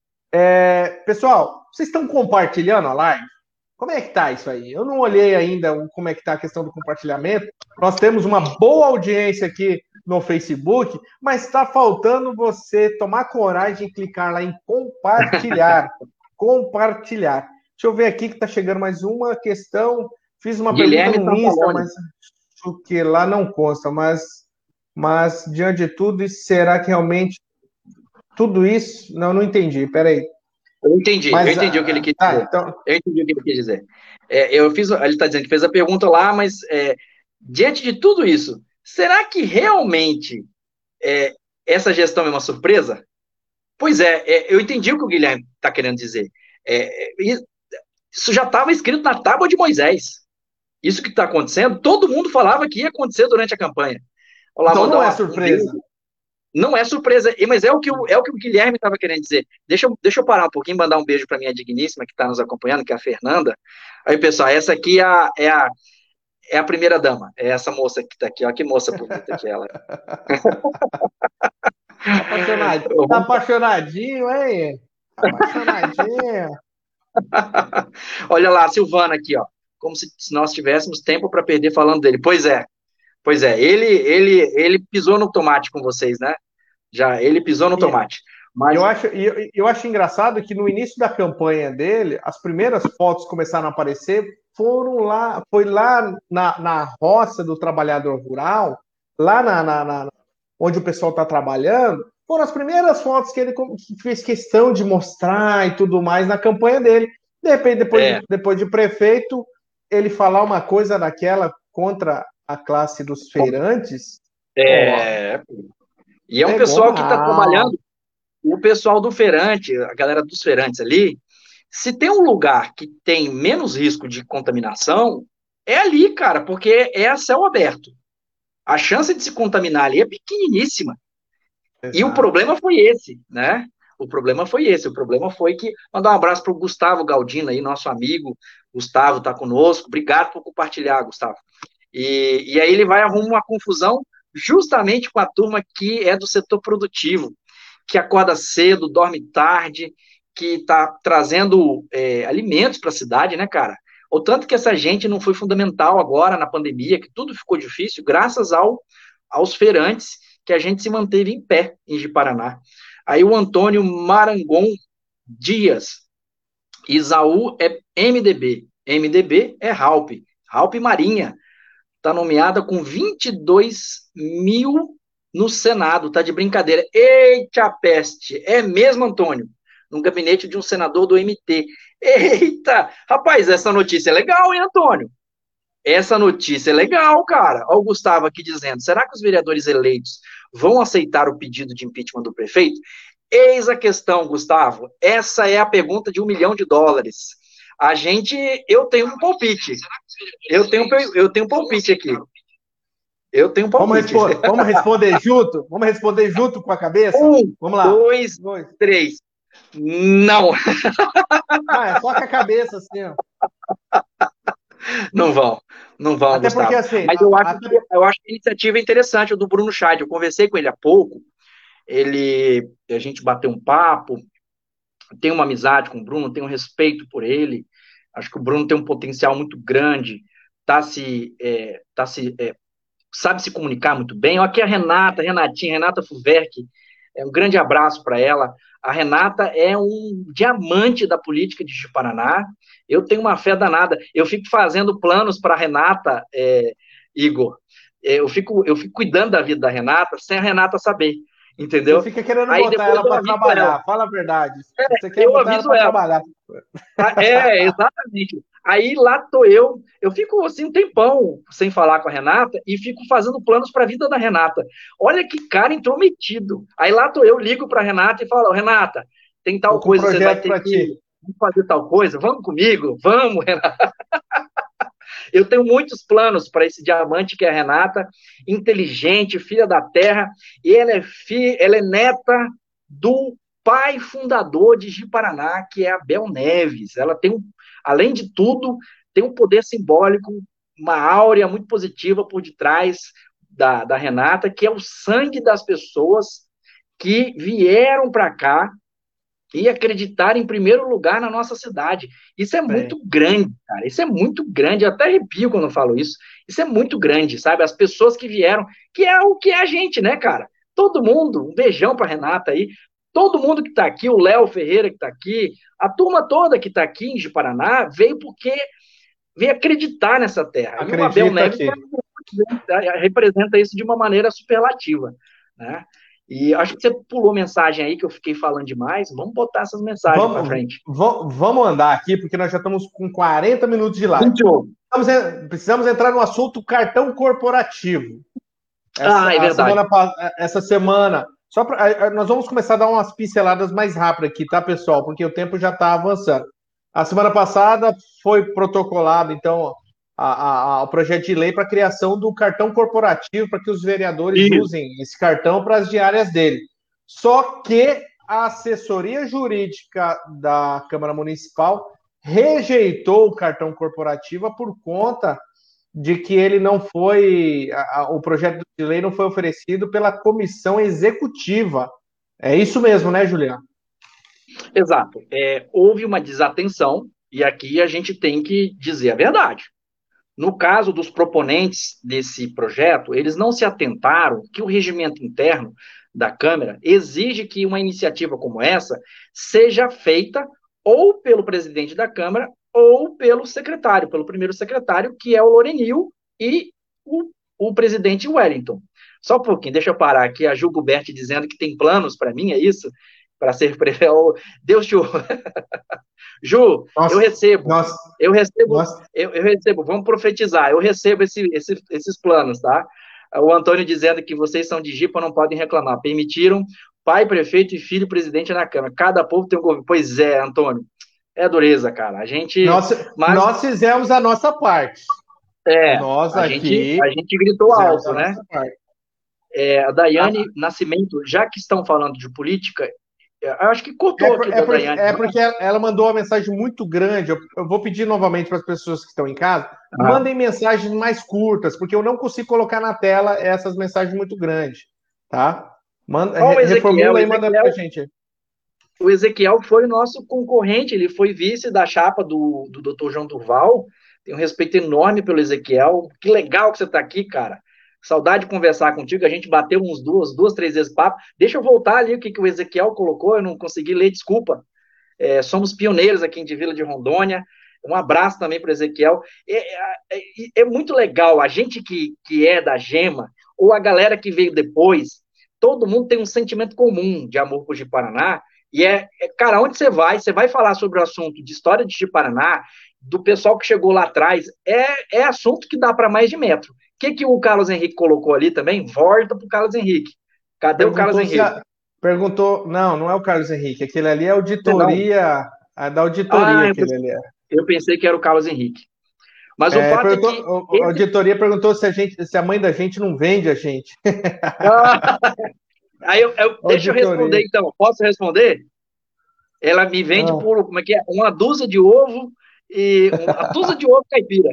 Pessoal, vocês estão compartilhando a live? Como é que tá isso aí? Eu não olhei ainda como é que tá a questão do compartilhamento. Nós temos uma boa audiência aqui no Facebook, mas está faltando você tomar coragem e clicar lá em compartilhar. Compartilhar. Deixa eu ver aqui que está chegando mais uma questão. Fiz uma pergunta Guilherme no Insta, Santalone. mas acho que lá não consta. Mas diante de tudo, será que realmente tudo isso? Não, não entendi. Peraí. Eu Mas, entendi o que ele quis dizer. então, Eu entendi o que ele quis dizer. Ele está dizendo que fez a pergunta lá, mas diante de tudo isso, será que realmente é, essa gestão é uma surpresa? Pois eu entendi o que o Guilherme está querendo dizer. Isso já estava escrito na tábua de Moisés. Isso que está acontecendo, todo mundo falava que ia acontecer durante a campanha. Olá, então mandar não é um beijo. surpresa. Não é surpresa, mas é o que o Guilherme estava querendo dizer. Deixa eu parar um pouquinho e mandar um beijo para minha digníssima que está nos acompanhando, que é a Fernanda. Aí, pessoal, essa aqui é a primeira dama. É essa moça que está aqui, ó. Que moça bonita que ela é. Tá apaixonadinho, hein? Apaixonadinho. Olha lá, a Silvana aqui, ó. Como se nós tivéssemos tempo para perder falando dele. Pois é. Ele pisou no tomate com vocês, né? Já, ele pisou no E tomate. Mas eu acho engraçado que no início da campanha dele, as primeiras fotos que começaram a aparecer foi lá na roça do trabalhador rural, lá onde o pessoal está trabalhando, foram as primeiras fotos que ele fez questão de mostrar e tudo mais na campanha dele. De repente, é, depois de prefeito, ele falar uma coisa daquela contra a classe dos feirantes, ó, é, e é um pegou pessoal que está mal. trabalhando, o pessoal do feirante, a galera dos feirantes ali, se tem um lugar que tem menos risco de contaminação, é ali, cara, porque é a céu aberto. A chance de se contaminar ali é pequeniníssima. E o Exato. problema foi esse, né? O problema foi esse. O problema foi que. Mandar um abraço para o Gustavo Galdino aí, nosso amigo. Gustavo está conosco. Obrigado por compartilhar, Gustavo. E aí ele vai arrumar uma confusão justamente com a turma que é do setor produtivo, que acorda cedo, dorme tarde, que está trazendo alimentos para a cidade, né, cara? O tanto que essa gente não foi fundamental agora na pandemia, que tudo ficou difícil, graças aos feirantes, que a gente se manteve em pé em Ji-Paraná. Aí o Antônio Marangon Dias, Isaú é MDB, MDB é Raup, Raup Marinha, está nomeada com 22 mil no Senado, tá de brincadeira. Eita peste, é mesmo, Antônio? No gabinete de um senador do MT. Eita, rapaz, essa notícia é legal, hein, Antônio? Essa notícia é legal, cara. Olha o Gustavo aqui dizendo, será que os vereadores eleitos vão aceitar o pedido de impeachment do prefeito? Eis a questão, Gustavo. Essa é a pergunta de US$ 1 milhão. Eu tenho um palpite. Eu tenho um palpite aqui. Eu tenho um palpite. Vamos responder junto? Vamos responder junto com a cabeça? Vamos lá. Dois, três. Não. É só com a cabeça, assim, ó. Não vão, Até Gustavo. Porque, assim, mas eu acho que a iniciativa é interessante, o do Bruno Schad. Eu conversei com ele há pouco, a gente bateu um papo, tem uma amizade com o Bruno, tenho um respeito por ele, acho que o Bruno tem um potencial muito grande, sabe se comunicar muito bem. Aqui a Renata Fuverck, um grande abraço para ela. A Renata é um diamante da política de Ji-Paraná. Eu tenho uma fé danada. Eu fico fazendo planos para a Renata, Igor. Eu fico cuidando da vida da Renata sem a Renata saber, entendeu? Você fica querendo botar ela para trabalhar, fala a verdade. Você quer botar ela para trabalhar. Exatamente. Aí lá tô eu fico assim um tempão sem falar com a Renata e fico fazendo planos para a vida da Renata. Olha que cara intrometido. Aí lá tô eu, ligo para a Renata e falo, Renata, tem tal coisa, você vai ter que fazer tal coisa, vamos comigo? Vamos, Renata. Eu tenho muitos planos para esse diamante que é a Renata, inteligente, filha da terra, e ela é neta do pai fundador de Ji-Paraná, que é Abel Neves. Ela tem, além de tudo, tem um poder simbólico, uma áurea muito positiva por detrás da Renata, que é o sangue das pessoas que vieram para cá e acreditar em primeiro lugar na nossa cidade. Isso é muito grande, cara. Isso é muito grande. Eu até arrepio quando eu falo isso. Isso é muito grande, sabe? As pessoas que vieram, que é o que é a gente, né, cara? Todo mundo, um beijão pra Renata aí. Todo mundo que tá aqui, o Léo Ferreira que tá aqui, a turma toda que tá aqui em Ji-Paraná veio porque veio acreditar nessa terra. E o Abel Neves representa isso de uma maneira superlativa, né? E acho que você pulou mensagem aí, que eu fiquei falando demais. Vamos botar essas mensagens para frente. Vamos andar aqui, porque nós já estamos com 40 minutos de live. Precisamos entrar no assunto cartão corporativo. É verdade. Essa semana. Nós vamos começar a dar umas pinceladas mais rápidas aqui, tá, pessoal? Porque o tempo já está avançando. A semana passada foi protocolado, então, o projeto de lei para a criação do cartão corporativo, para que os vereadores usem esse cartão para as diárias dele. Só que a assessoria jurídica da Câmara Municipal rejeitou o cartão corporativo por conta de que ele não foi, o projeto de lei não foi oferecido pela comissão executiva. É isso mesmo, né, Juliano? Exato. Houve uma desatenção, e aqui a gente tem que dizer a verdade. No caso dos proponentes desse projeto, eles não se atentaram que o regimento interno da Câmara exige que uma iniciativa como essa seja feita ou pelo presidente da Câmara ou pelo secretário, pelo primeiro secretário, que é o Lorenil, e o presidente Wellington. Só um pouquinho, deixa eu parar aqui, a Ju Gubert dizendo que tem planos para mim, é isso? Para ser prefeito. Deus te Ju, nossa, eu recebo, vamos profetizar, eu recebo esses planos, tá? O Antônio dizendo que vocês são de Jipa, não podem reclamar, permitiram pai, prefeito e filho presidente na Câmara, cada povo tem um governo. Pois é, Antônio, é dureza, cara, a gente... Nós fizemos a nossa parte. A gente gritou alto, né? A Daiane Nascimento, já que estão falando de política, Eu acho que cortou aqui da Daiane. É porque ela mandou uma mensagem muito grande. Eu vou pedir novamente para as pessoas que estão em casa, Ah. mandem mensagens mais curtas, porque eu não consigo colocar na tela essas mensagens muito grandes, tá? Manda, Ó, o Ezequiel, reformula e manda para a gente. o Ezequiel foi o nosso concorrente, ele foi vice da chapa do Dr. João Durval. Tenho um respeito enorme pelo Ezequiel. Que legal que você está aqui, cara. Saudade de conversar contigo. A gente bateu uns duas, três vezes papo. Deixa eu voltar ali o que o Ezequiel colocou. Eu não consegui ler, desculpa. Somos pioneiros aqui de Vila de Rondônia. Um abraço também para o Ezequiel. É muito legal. A gente que é da Gema, ou a galera que veio depois, todo mundo tem um sentimento comum de amor por Ji-Paraná. E cara, onde você vai falar sobre o assunto de história de Ji-Paraná, do pessoal que chegou lá atrás, é assunto que dá para mais de metro. O que o Carlos Henrique colocou ali também? Volta para o Carlos Henrique. Cadê o Carlos Henrique? Perguntou, não é o Carlos Henrique, aquele ali é auditoria, da auditoria, aquele ali é. Eu pensei que era o Carlos Henrique. Mas o fato é que... A auditoria perguntou se a mãe da gente não vende a gente. Aí deixa eu responder, então. Posso responder? Ela me vende por, como é que é? Uma dúzia de ovo e uma dúzia de ovo caipira.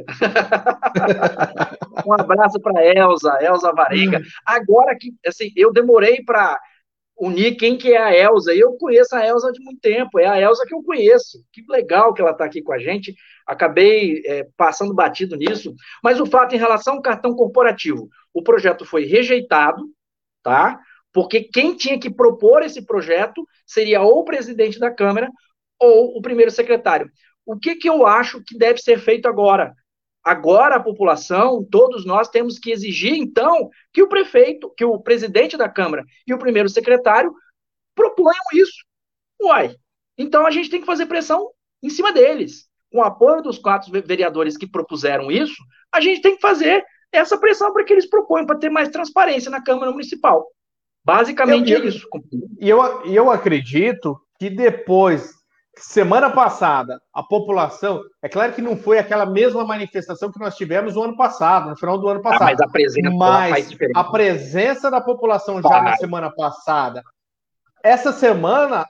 Um abraço para Elza Varenga. Agora que, assim, eu demorei para unir quem que é a Elza. E eu conheço a Elza de muito tempo. É a Elza que eu conheço. Que legal que ela está aqui com a gente. Acabei passando batido nisso. Mas o fato em relação ao cartão corporativo, o projeto foi rejeitado, tá? Porque quem tinha que propor esse projeto seria ou o presidente da Câmara ou o primeiro secretário. O que eu acho que deve ser feito agora? Agora a população, todos nós temos que exigir, então, que o prefeito, que o presidente da Câmara e o primeiro secretário proponham isso. Uai, então a gente tem que fazer pressão em cima deles. Com o apoio dos 4 vereadores que propuseram isso, a gente tem que fazer essa pressão para que eles proponham, para ter mais transparência na Câmara Municipal. Basicamente é isso. E eu acredito que depois, semana passada, a população. É claro que não foi aquela mesma manifestação que nós tivemos no ano passado, no final do ano passado. Mas a presença faz diferença. A presença da população já na semana passada. Essa semana,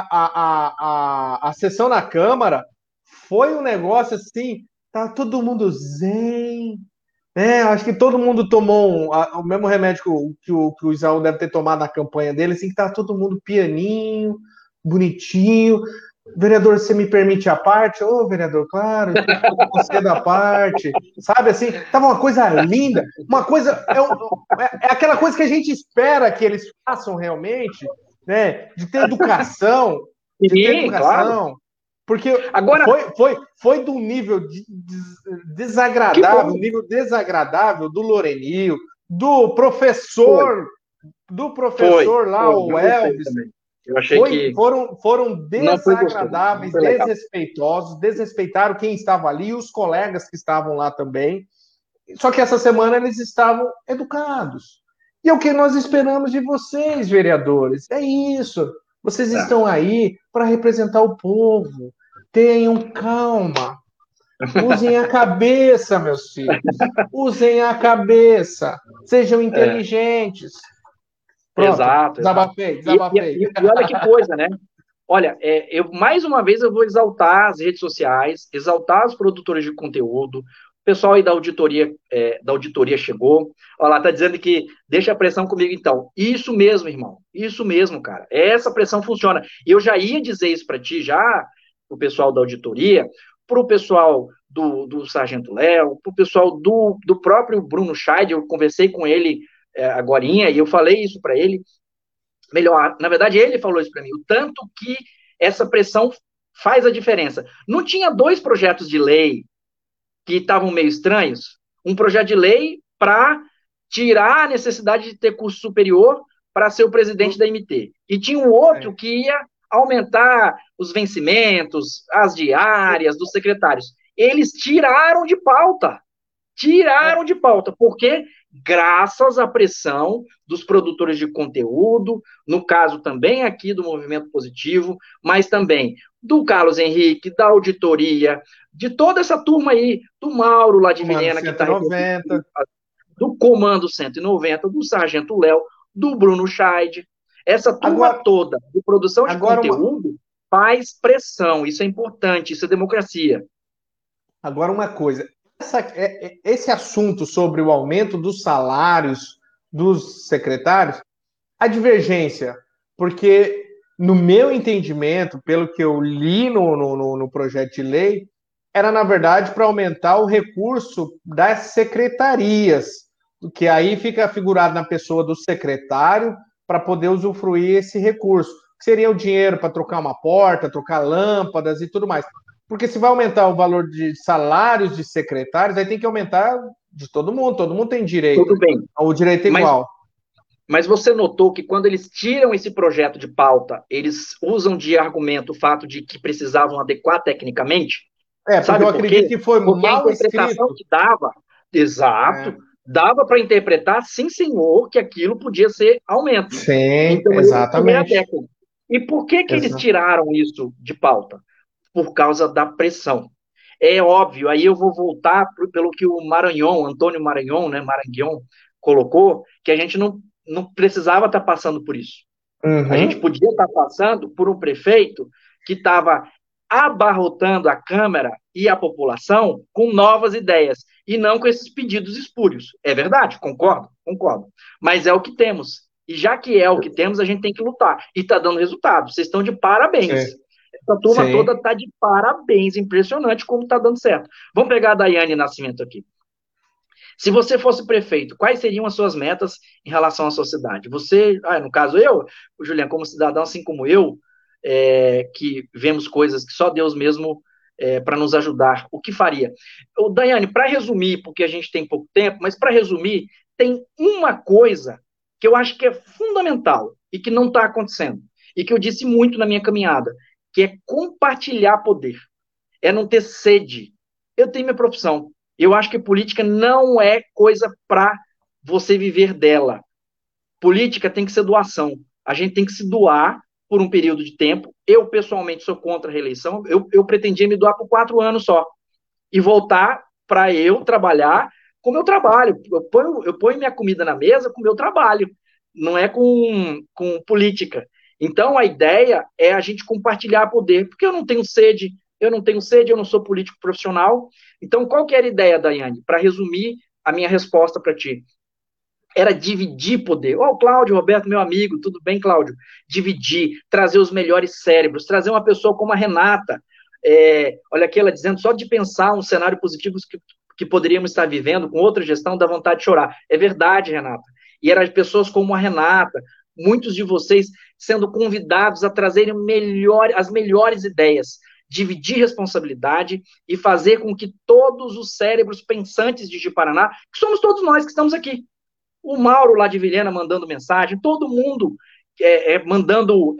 a sessão na Câmara foi um negócio assim, tá todo mundo zen. Acho que todo mundo tomou o mesmo remédio que o Isaú deve ter tomado na campanha dele, assim, que tá todo mundo pianinho, bonitinho. Vereador, você me permite a parte? Ô, vereador, claro, você da parte. Sabe assim? Tava uma coisa linda, uma coisa. É aquela coisa que a gente espera que eles façam realmente, né? De ter educação. Claro. Porque agora foi do nível desagradável, nível desagradável do Lorenil, do professor lá, o Elvis. Eu achei que foram desagradáveis, desrespeitosos, desrespeitaram quem estava ali e os colegas que estavam lá também. Só que essa semana eles estavam educados. E é o que nós esperamos de vocês, vereadores. É isso. Vocês estão aí para representar o povo. Tenham calma. Usem a cabeça, meus filhos. Usem a cabeça. Sejam inteligentes. Pronto, exato. Desabafei. E olha que coisa, né? Olha, mais uma vez eu vou exaltar as redes sociais, exaltar os produtores de conteúdo. O pessoal aí da auditoria chegou. Olha lá, tá dizendo que deixa a pressão comigo, então. Isso mesmo, irmão. Isso mesmo, cara. Essa pressão funciona. E eu já ia dizer isso para ti, já, pro pessoal da auditoria, pro pessoal do Sargento Léo, pro pessoal do próprio Bruno Scheid. Eu conversei com ele agorinha, e eu falei isso para ele, melhor, na verdade ele falou isso para mim, o tanto que essa pressão faz a diferença. Não tinha 2 projetos de lei que estavam meio estranhos? Um projeto de lei para tirar a necessidade de ter curso superior para ser o presidente da MT. E tinha um outro que ia aumentar os vencimentos, as diárias dos secretários. Eles tiraram de pauta. Porque graças à pressão dos produtores de conteúdo, no caso também aqui do Movimento Positivo, mas também do Carlos Henrique, da auditoria, de toda essa turma aí, do Mauro lá de Vilhena, que está do Comando 190, do Sargento Léo, do Bruno Scheid. Essa turma toda de produção de conteúdo faz pressão, isso é importante, isso é democracia. Agora, uma coisa, esse assunto sobre o aumento dos salários dos secretários, a divergência, porque no meu entendimento, pelo que eu li no projeto de lei, era, na verdade, para aumentar o recurso das secretarias, que aí fica figurado na pessoa do secretário para poder usufruir esse recurso, que seria o dinheiro para trocar uma porta, trocar lâmpadas e tudo mais. Porque se vai aumentar o valor de salários de secretários, aí tem que aumentar de todo mundo tem direito. Tudo bem. O direito é igual. Mas você notou que quando eles tiram esse projeto de pauta, eles usam de argumento o fato de que precisavam adequar tecnicamente? Porque sabe eu acredito que foi porque mal a interpretação escrito. Que dava, exato, dava para interpretar, sim, senhor, que aquilo podia ser aumento. Sim, então, exatamente. E por que eles tiraram isso de pauta? Por causa da pressão. É óbvio, aí eu vou voltar pelo que o Maranhão, Antônio Maranhão, né, Maranhão, colocou, que a gente não precisava estar passando por isso. A gente podia estar passando por um prefeito que estava abarrotando a Câmara e a população com novas ideias, e não com esses pedidos espúrios. É verdade, concordo. Mas é o que temos. E já que é o que temos, a gente tem que lutar. E está dando resultado. Vocês estão de parabéns. Sim. Essa turma toda está de parabéns. Impressionante como está dando certo. Vamos pegar a Daiane Nascimento aqui. Se você fosse prefeito, quais seriam as suas metas em relação à sociedade? Você, no caso eu, o Juliano, como cidadão, assim como eu, que vemos coisas que só Deus mesmo para nos ajudar, o que faria? Daiane, para resumir, porque a gente tem pouco tempo, mas para resumir, tem uma coisa que eu acho que é fundamental e que não está acontecendo, e que eu disse muito na minha caminhada, que é compartilhar poder, é não ter sede. Eu tenho minha profissão, eu acho que política não é coisa para você viver dela. Política tem que ser doação. A gente tem que se doar por um período de tempo. Eu, pessoalmente, sou contra a reeleição. Eu pretendia me doar por 4 anos só. E voltar para eu trabalhar com o meu trabalho. Eu ponho minha comida na mesa com o meu trabalho. Não é com política. Então, a ideia é a gente compartilhar poder. Porque eu não tenho sede, eu não sou político profissional. Então, qual que era a ideia, Daiane? Para resumir a minha resposta para ti. Era dividir poder. O Cláudio, Roberto, meu amigo, tudo bem, Cláudio? Dividir, trazer os melhores cérebros, trazer uma pessoa como a Renata. Olha aqui, ela dizendo, só de pensar um cenário positivo que poderíamos estar vivendo com outra gestão, dá vontade de chorar. É verdade, Renata. E eram pessoas como a Renata, muitos de vocês sendo convidados a trazerem as melhores ideias, dividir responsabilidade e fazer com que todos os cérebros pensantes de Ji-Paraná, que somos todos nós que estamos aqui, o Mauro lá de Vilhena mandando mensagem, todo mundo mandando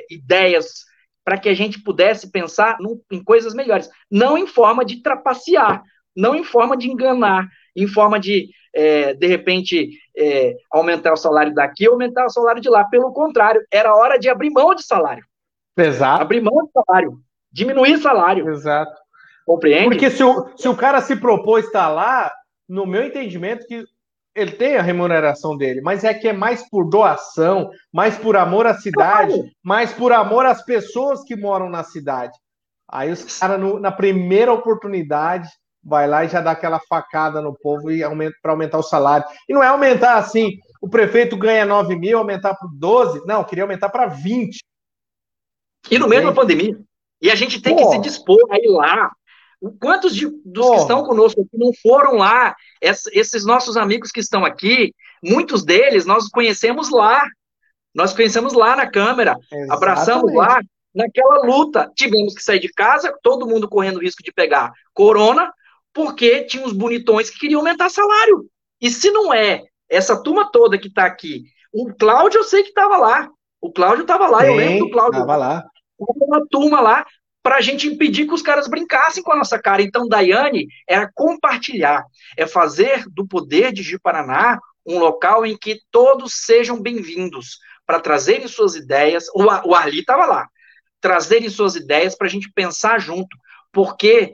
ideias para que a gente pudesse pensar em coisas melhores, não em forma de trapacear, não em forma de enganar, em forma de repente, aumentar o salário daqui ou aumentar o salário de lá. Pelo contrário, era hora de abrir mão de salário. Exato. Abrir mão de salário, diminuir salário. Exato. Compreende? Porque se o cara se propôs estar lá, no meu entendimento, que ele tem a remuneração dele, mas é mais por doação, mais por amor à cidade, mais por amor às pessoas que moram na cidade. Aí os caras, na primeira oportunidade, vai lá e já dá aquela facada no povo e para aumentar o salário. E não é aumentar assim, o prefeito ganha 9 mil, aumentar para 12, não, queria aumentar para 20. E no meio da pandemia. E a gente tem que se dispor a ir lá. Quantos dos que estão conosco aqui não foram lá? Esses nossos amigos que estão aqui, muitos deles nós conhecemos lá. Nós conhecemos lá na Câmara. Exatamente. Abraçamos lá, naquela luta. Tivemos que sair de casa, todo mundo correndo risco de pegar corona, porque tinha uns bonitões que queriam aumentar salário. E se não é essa turma toda que está aqui, o Cláudio eu sei que estava lá. O Cláudio estava lá, eu lembro do Cláudio. Estava lá. Uma turma lá para a gente impedir que os caras brincassem com a nossa cara. Então, Daiane, era compartilhar, é fazer do poder de Ji-Paraná um local em que todos sejam bem-vindos, para trazerem suas ideias. O Arli estava lá, trazerem suas ideias para a gente pensar junto, porque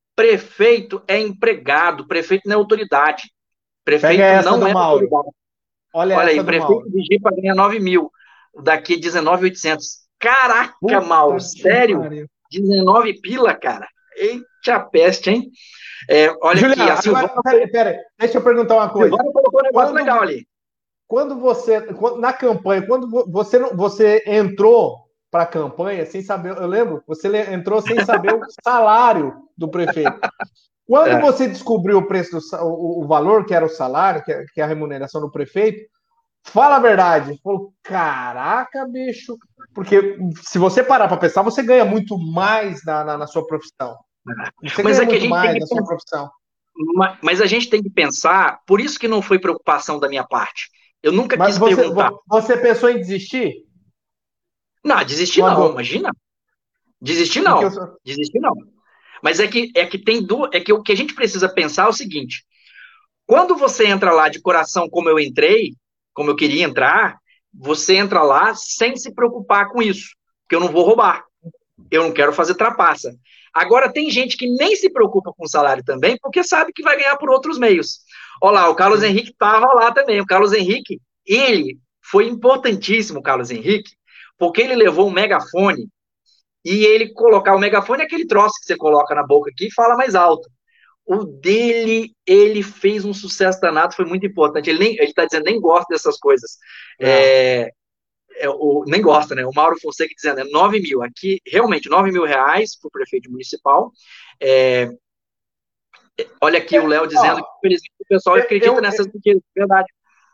prefeito é empregado, prefeito não é autoridade. Prefeito não é autoridade. Olha aí, prefeito de Ji para ganhar 9 mil. daqui 19.800. Caraca, Mauro, Puta que sério? pariu. 19 pila, cara? Eita peste, hein? Olha aqui, Juliano, a Silvana, agora, pera, deixa eu perguntar uma coisa. Silvana colocou um negócio Quando, legal ali. na campanha, quando você entrou para a campanha sem saber, eu lembro, você entrou sem saber o salário do prefeito. Quando É. você descobriu o preço, o valor que era o salário, que é a remuneração do prefeito, fala a verdade. Falou, caraca, bicho. Porque se você parar para pensar, você ganha muito mais na sua profissão. Você Mas ganha é que a muito gente tem mais que na sua pensar, profissão. mas a gente tem que pensar, por isso que não foi preocupação da minha parte. Eu nunca Mas quis perguntar. você pensou em desistir? Não, desistir não, Quando. imagina. Desistir Porque eu, não. Desistir não. Mas é que tem é que o que a gente precisa pensar é o seguinte: quando você entra lá de coração como eu entrei, como eu queria entrar, você entra lá sem se preocupar com isso, porque eu não vou roubar, eu não quero fazer trapaça. Agora, tem gente que nem se preocupa com o salário também, porque sabe que vai ganhar por outros meios. Olha lá, o Carlos Henrique estava lá também. O Carlos Henrique, ele foi importantíssimo, o Carlos Henrique, porque ele levou um megafone e ele colocar o megafone é aquele troço que você coloca na boca aqui e fala mais alto. O dele, ele fez um sucesso danado, foi muito importante. Ele tá dizendo, nem gosta dessas coisas. é, Nem gosta, né? O Mauro Fonseca dizendo, 9 mil. Aqui, realmente, 9 mil reais para o prefeito municipal. É, olha aqui o Léo dizendo ó, que, infelizmente, o pessoal acredita eu, nessas mentiras. Verdade.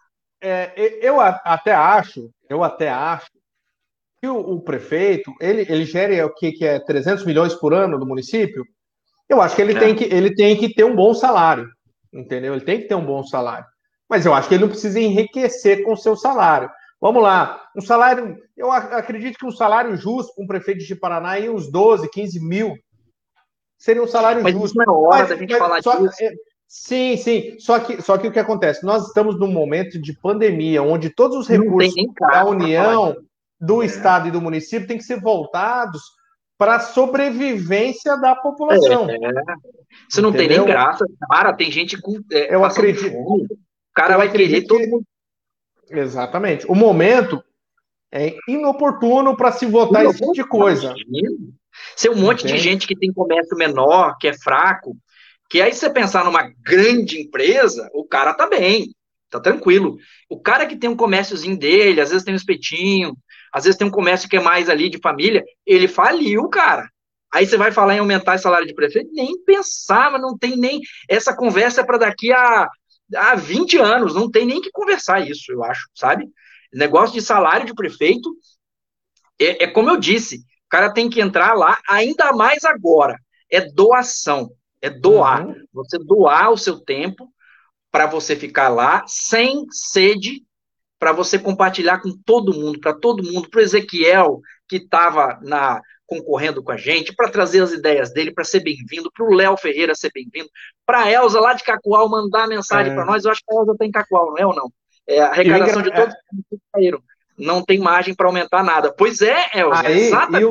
até acho que o prefeito, ele gere o que é 300 milhões por ano do município. Eu acho que É. ele tem que ter um bom salário, entendeu? Ele tem que ter um bom salário. Mas eu acho que ele não precisa enriquecer com o seu salário. Vamos lá, um salário, eu acredito que um salário justo para um prefeito de Paraná aí uns 12, 15 mil seria um salário Mas isso justo. não é hora Mas, da gente mas falar só, disso. sim, sim. Só que o que acontece? Nós estamos num momento de pandemia, onde todos os Não tem recursos nem da caso para falar União, disso. do É. Estado e do município têm que ser voltados para a sobrevivência da É. população. Isso não tem nem Entendeu? graça. Cara, tem gente Eu passando acredito, fome. O cara eu vai querer acredito todo que mundo. exatamente. O momento é inoportuno para se votar esse tipo de coisa, Imagina. Ser um monte de entende? gente que tem comércio menor, que é fraco, que aí você pensar numa grande empresa, o cara tá bem, tá tranquilo. O cara que tem um comérciozinho dele, às vezes tem um espetinho, às vezes tem um comércio que é mais ali de família, ele faliu, cara. Aí você vai falar em aumentar o salário de prefeito? Nem pensava, não tem nem. Essa conversa é para daqui a 20 anos, não tem nem que conversar isso, eu acho, sabe? Negócio de salário de prefeito é como eu disse, o cara tem que entrar lá, ainda mais agora. É doação, é doar. Uhum. Você doar o seu tempo para você ficar lá sem sede, para você compartilhar com todo mundo, para todo mundo, para o Ezequiel, que estava concorrendo com a gente, para trazer as ideias dele, para ser bem-vindo, para o Léo Ferreira ser bem-vindo, para a Elza lá de Cacoal mandar mensagem para É, nós. Eu acho que a Elza está em Cacoal, não é ou não? É a e o arrecadação de todos que saíram. Não tem margem para aumentar nada. Pois é, Elza, aí, exatamente.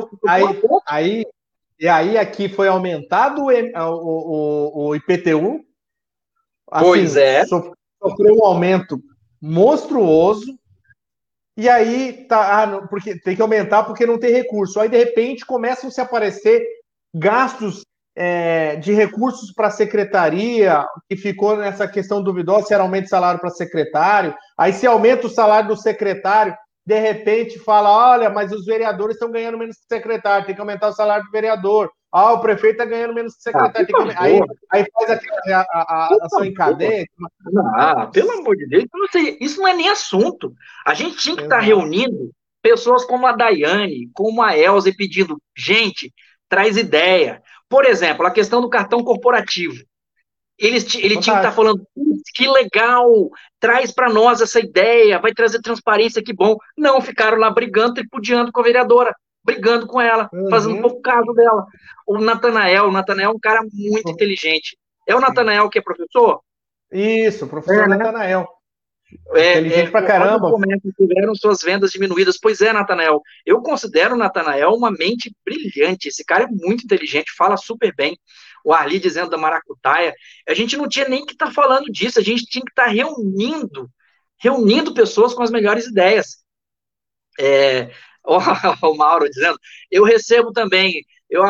e aí aqui foi aumentado o IPTU, Pois assim, é. sofreu um aumento monstruoso. E aí tá, porque tem que aumentar porque não tem recurso. Aí de repente começam a se aparecer gastos de recursos para a secretaria, que ficou nessa questão duvidosa se era aumento de salário para secretário. Aí se aumenta o salário do secretário, de repente fala, olha, mas os vereadores estão ganhando menos que o secretário, tem que aumentar o salário do vereador. Ah, o prefeito está ganhando menos que o Ah, secretário. por Tem que favor, aí faz a por ação em favor. cadeia. Pelo amor de Deus, isso não é nem assunto. A gente tinha que estar Exato. reunindo pessoas como a Daiane, como a Elza, e pedindo, gente, traz ideia. Por exemplo, a questão do cartão corporativo. Ele tinha que estar Fantástico. falando, que legal, traz para nós essa ideia, vai trazer transparência, que bom. Não, ficaram lá brigando, tripudiando com a vereadora, brigando com ela, fazendo Uhum. pouco caso dela. O Natanael é um cara muito inteligente. É o Sim. Natanael que é professor? Isso, o professor É, né? Natanael. Inteligente pra Alguns caramba. comércios tiveram suas vendas diminuídas. Pois é, Natanael. Eu considero o Natanael uma mente brilhante. Esse cara é muito inteligente, fala super bem. O Arli dizendo da maracutaia. A gente não tinha nem que estar falando disso, a gente tinha que estar reunindo pessoas com as melhores ideias. É, o Mauro dizendo, eu recebo também,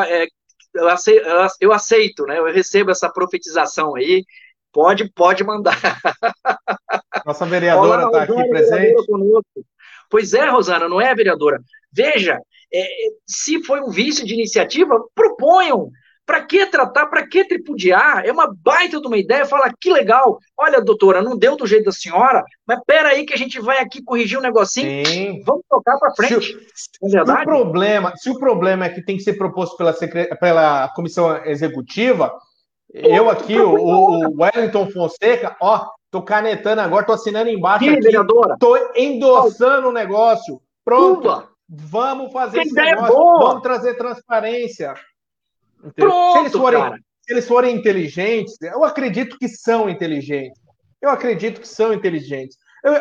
eu aceito, né? Eu recebo essa profetização aí, pode mandar. Nossa Olá, vereadora está aqui Rosana, vereadora presente. conosco. Pois é, Rosana, não é, vereadora? Veja, se foi um vício de iniciativa, proponham. Para que tratar, para que tripudiar? É uma baita de uma ideia. Fala, que legal. Olha, doutora, não deu do jeito da senhora, mas espera aí que a gente vai aqui corrigir um negocinho. Sim. Vamos tocar para Se, frente. Não é verdade? se o problema é que tem que ser proposto pela comissão executiva, eu Ponto, aqui, propõe na hora. o Wellington Fonseca, ó, tô canetando agora, tô assinando embaixo Aqui, aqui, vereadora. tô endossando o negócio. Pronto, Cuba. vamos fazer Que esse ideia negócio, boa. vamos trazer transparência. Entendeu? Pronto, cara. Se eles forem inteligentes, eu acredito que são inteligentes. Eu acredito que são inteligentes.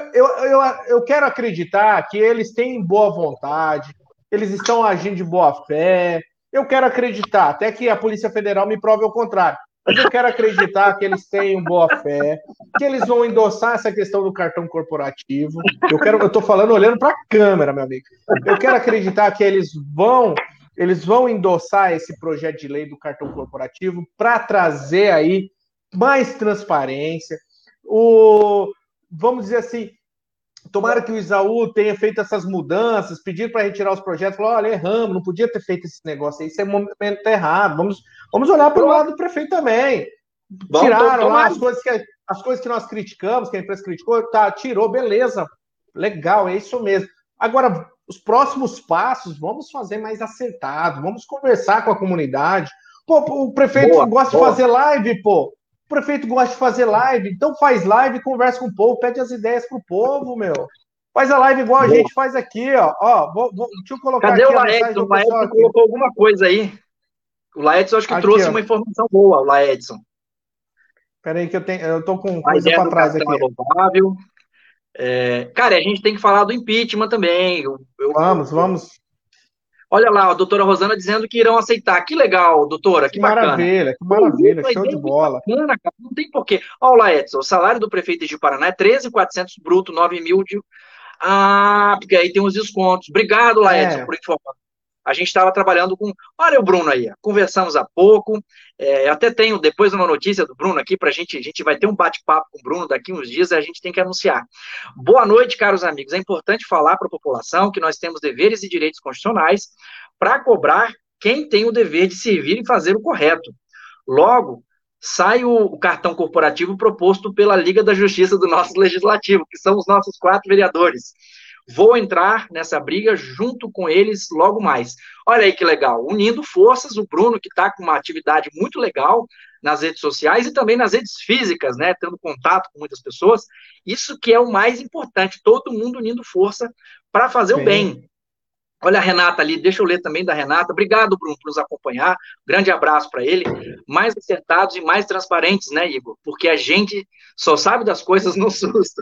Eu quero acreditar que eles têm boa vontade, eles estão agindo de boa fé. Eu quero acreditar, até que a Polícia Federal me prove o contrário. Mas eu quero acreditar que eles têm boa fé, que eles vão endossar essa questão do cartão corporativo. Eu estou falando olhando para a câmera, meu amigo. Eu quero acreditar que eles vão endossar esse projeto de lei do cartão corporativo para trazer aí mais transparência. Vamos dizer assim, tomara que o Isaú tenha feito essas mudanças, pedir para retirar os projetos, falou, olha, erramos, não podia ter feito esse negócio aí, isso é um momento errado, vamos olhar pelo lado do prefeito também. Tiraram lá as coisas que nós criticamos, que a empresa criticou, tá, tirou, beleza, legal, é isso mesmo. Agora, os próximos passos, vamos fazer mais acertado, vamos conversar com a comunidade. Pô, o prefeito gosta de fazer live, pô. O prefeito gosta de fazer live, então faz live, conversa com o povo, pede as ideias pro povo, meu. Faz a live igual a gente faz aqui, ó. Deixa eu colocar Cadê aqui o a mensagem Laedson? O do pessoal Laedson aqui. colocou alguma coisa aí. O Laedson acho que Aqui, trouxe ó. uma informação boa, o Laedson. Peraí que eu tô com A coisa ideia para do trás cartão aqui. é louvável. Cara, a gente tem que falar do impeachment também. Vamos. Olha lá, a doutora Rosana dizendo que irão aceitar. Que legal, doutora, que bacana. Que maravilha, Uma show ideia de muito bola. bacana, cara. Não tem porquê. Olha lá, Edson, o salário do prefeito de Paraná é 13.400 bruto, 9 mil de... Ah, porque aí tem os descontos. Obrigado, Laedson, por informar. A gente estava trabalhando com. Olha o Bruno aí, conversamos há pouco. Até tenho depois uma notícia do Bruno aqui para a gente vai ter um bate-papo com o Bruno daqui uns dias e a gente tem que anunciar. Boa noite, caros amigos. É importante falar para a população que nós temos deveres e direitos constitucionais para cobrar quem tem o dever de servir e fazer o correto. Logo, sai o cartão corporativo proposto pela Liga da Justiça do nosso Legislativo, que são os nossos 4 vereadores. Vou entrar nessa briga junto com eles logo mais. Olha aí que legal, unindo forças, o Bruno, que está com uma atividade muito legal nas redes sociais e também nas redes físicas, né, tendo contato com muitas pessoas, isso que é o mais importante, todo mundo unindo força para fazer o bem. Olha a Renata ali, deixa eu ler também da Renata. Obrigado, Bruno, por nos acompanhar. Grande abraço para ele. Mais acertados e mais transparentes, né, Igor? Porque a gente só sabe das coisas no susto.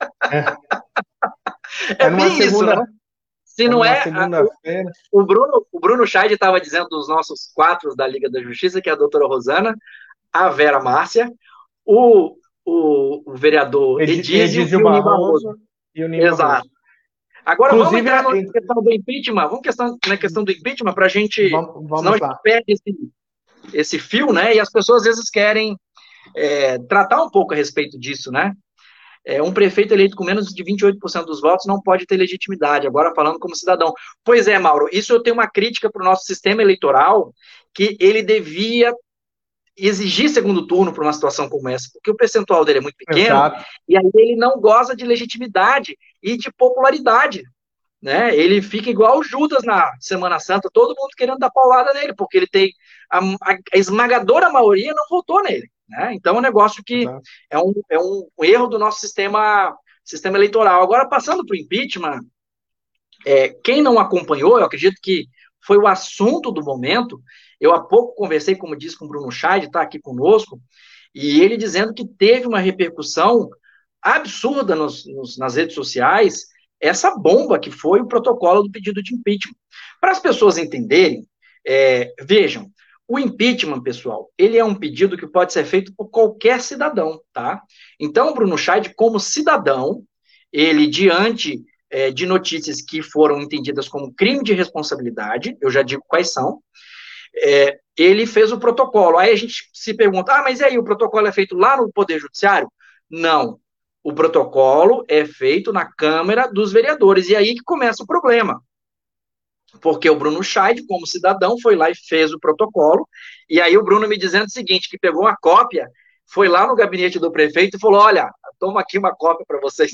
É bem isso, né? Se não é. O Bruno Scheid estava dizendo dos nossos 4 da Liga da Justiça, que é a doutora Rosana, a Vera Márcia, o vereador Edísio e o Ney Barroso. Exato. Agora vamos entrar na questão do impeachment. Vamos na questão do impeachment para a gente. Senão a gente perde esse fio, né? E as pessoas às vezes querem tratar um pouco a respeito disso, né? Um prefeito eleito com menos de 28% dos votos não pode ter legitimidade, agora falando como cidadão. Pois é, Mauro, isso eu tenho uma crítica para o nosso sistema eleitoral, que ele devia exigir segundo turno para uma situação como essa, porque o percentual dele é muito pequeno, e aí ele não goza de legitimidade e de popularidade, né? Ele fica igual o Judas na Semana Santa, todo mundo querendo dar paulada nele, porque ele tem a esmagadora maioria não votou nele, né? Então é um negócio que é um erro do nosso sistema eleitoral. Agora, passando para o impeachment, quem não acompanhou, eu acredito que foi o assunto do momento. Eu há pouco conversei, como disse, com o Bruno Scheid, está aqui conosco, e ele dizendo que teve uma repercussão absurda nas redes sociais, essa bomba que foi o protocolo do pedido de impeachment. Para as pessoas entenderem, vejam, o impeachment, pessoal, ele é um pedido que pode ser feito por qualquer cidadão, tá? Então, o Bruno Scheid, como cidadão, ele, diante de notícias que foram entendidas como crime de responsabilidade, eu já digo quais são, ele fez o protocolo. Aí a gente se pergunta, mas e aí, o protocolo é feito lá no Poder Judiciário? Não. O protocolo é feito na Câmara dos Vereadores, e aí que começa o problema. Porque o Bruno Scheid, como cidadão, foi lá e fez o protocolo, e aí o Bruno me dizendo o seguinte, que pegou uma cópia, foi lá no gabinete do prefeito e falou, olha, toma aqui uma cópia para vocês.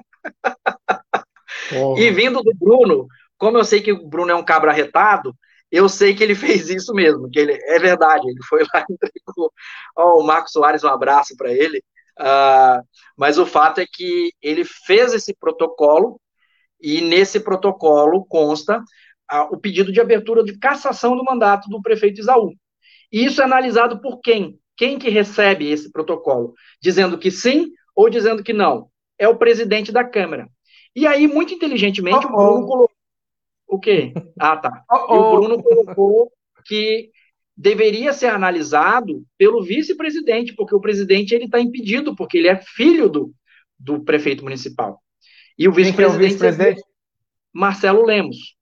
E vindo do Bruno, como eu sei que o Bruno é um cabra arretado, eu sei que ele fez isso mesmo, que ele é verdade, ele foi lá e entregou. O Marcos Soares, um abraço para ele. Mas o fato é que ele fez esse protocolo, e nesse protocolo consta o pedido de abertura de cassação do mandato do prefeito Esaú. E isso é analisado por quem? Quem que recebe esse protocolo? Dizendo que sim ou dizendo que não? É o presidente da Câmara. E aí, muito inteligentemente, o Bruno colocou... O quê? Tá. E o Bruno colocou que deveria ser analisado pelo vice-presidente, porque o presidente ele está impedido, porque ele é filho do prefeito municipal. E o vice-presidente Marcelo Lemos.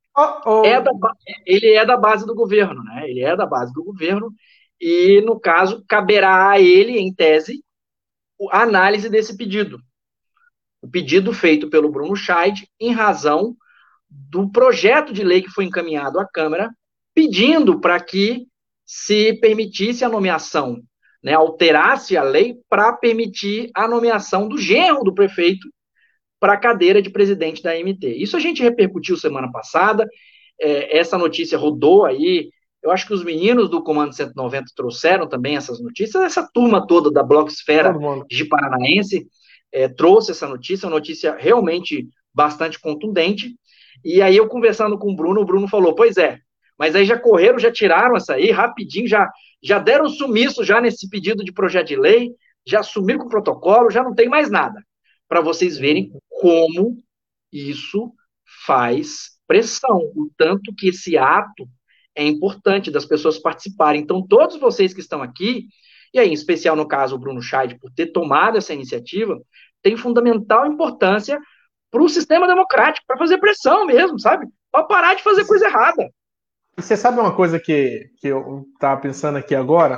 Ele é da base do governo, né? Ele é da base do governo, e, no caso, caberá a ele, em tese, a análise desse pedido. O pedido feito pelo Bruno Scheid, em razão do projeto de lei que foi encaminhado à Câmara, pedindo para que se permitisse a nomeação, né, alterasse a lei para permitir a nomeação do genro do prefeito para a cadeira de presidente da AMT. Isso a gente repercutiu semana passada, essa notícia rodou aí, eu acho que os meninos do Comando 190 trouxeram também essas notícias, essa turma toda da blogosfera de Paranaense trouxe essa notícia, uma notícia realmente bastante contundente. E aí eu conversando com o Bruno falou, pois é, mas aí já correram, já tiraram essa aí, rapidinho, já deram sumiço já nesse pedido de projeto de lei, já sumiram com o protocolo, já não tem mais nada. Para vocês verem como isso faz pressão, o tanto que esse ato é importante das pessoas participarem. Então, todos vocês que estão aqui, e aí, em especial no caso o Bruno Scheid, por ter tomado essa iniciativa, tem fundamental importância para o sistema democrático, para fazer pressão mesmo, sabe? Para parar de fazer coisa errada. E você sabe uma coisa que eu estava pensando aqui agora?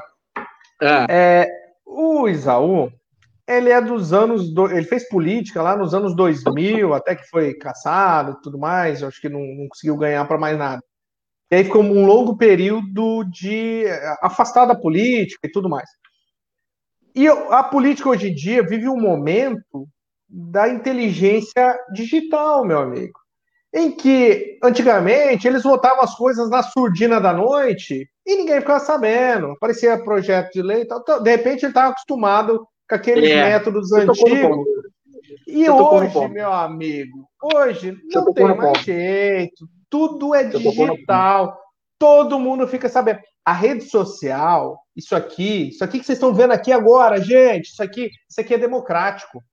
O Esaú, ele é dos anos... Ele fez política lá nos anos 2000, até que foi cassado e tudo mais, eu acho que não conseguiu ganhar para mais nada. E aí ficou um longo período de afastado da política e tudo mais. E a política hoje em dia vive um momento da inteligência digital, meu amigo, em que antigamente eles votavam as coisas na surdina da noite e ninguém ficava sabendo, aparecia projeto de lei e tal, de repente ele estava acostumado com aqueles métodos antigos, e hoje, meu amigo, hoje não tem mais jeito, tudo é digital, todo mundo fica sabendo. A rede social, isso aqui que vocês estão vendo aqui agora, gente, isso aqui é democrático.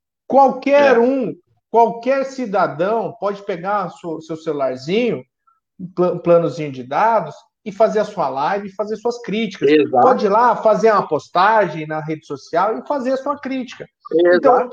Qualquer cidadão pode pegar seu celularzinho, planozinho de dados, e fazer a sua live, e fazer suas críticas. Exato. Pode ir lá fazer uma postagem na rede social e fazer a sua crítica. Exato. Então,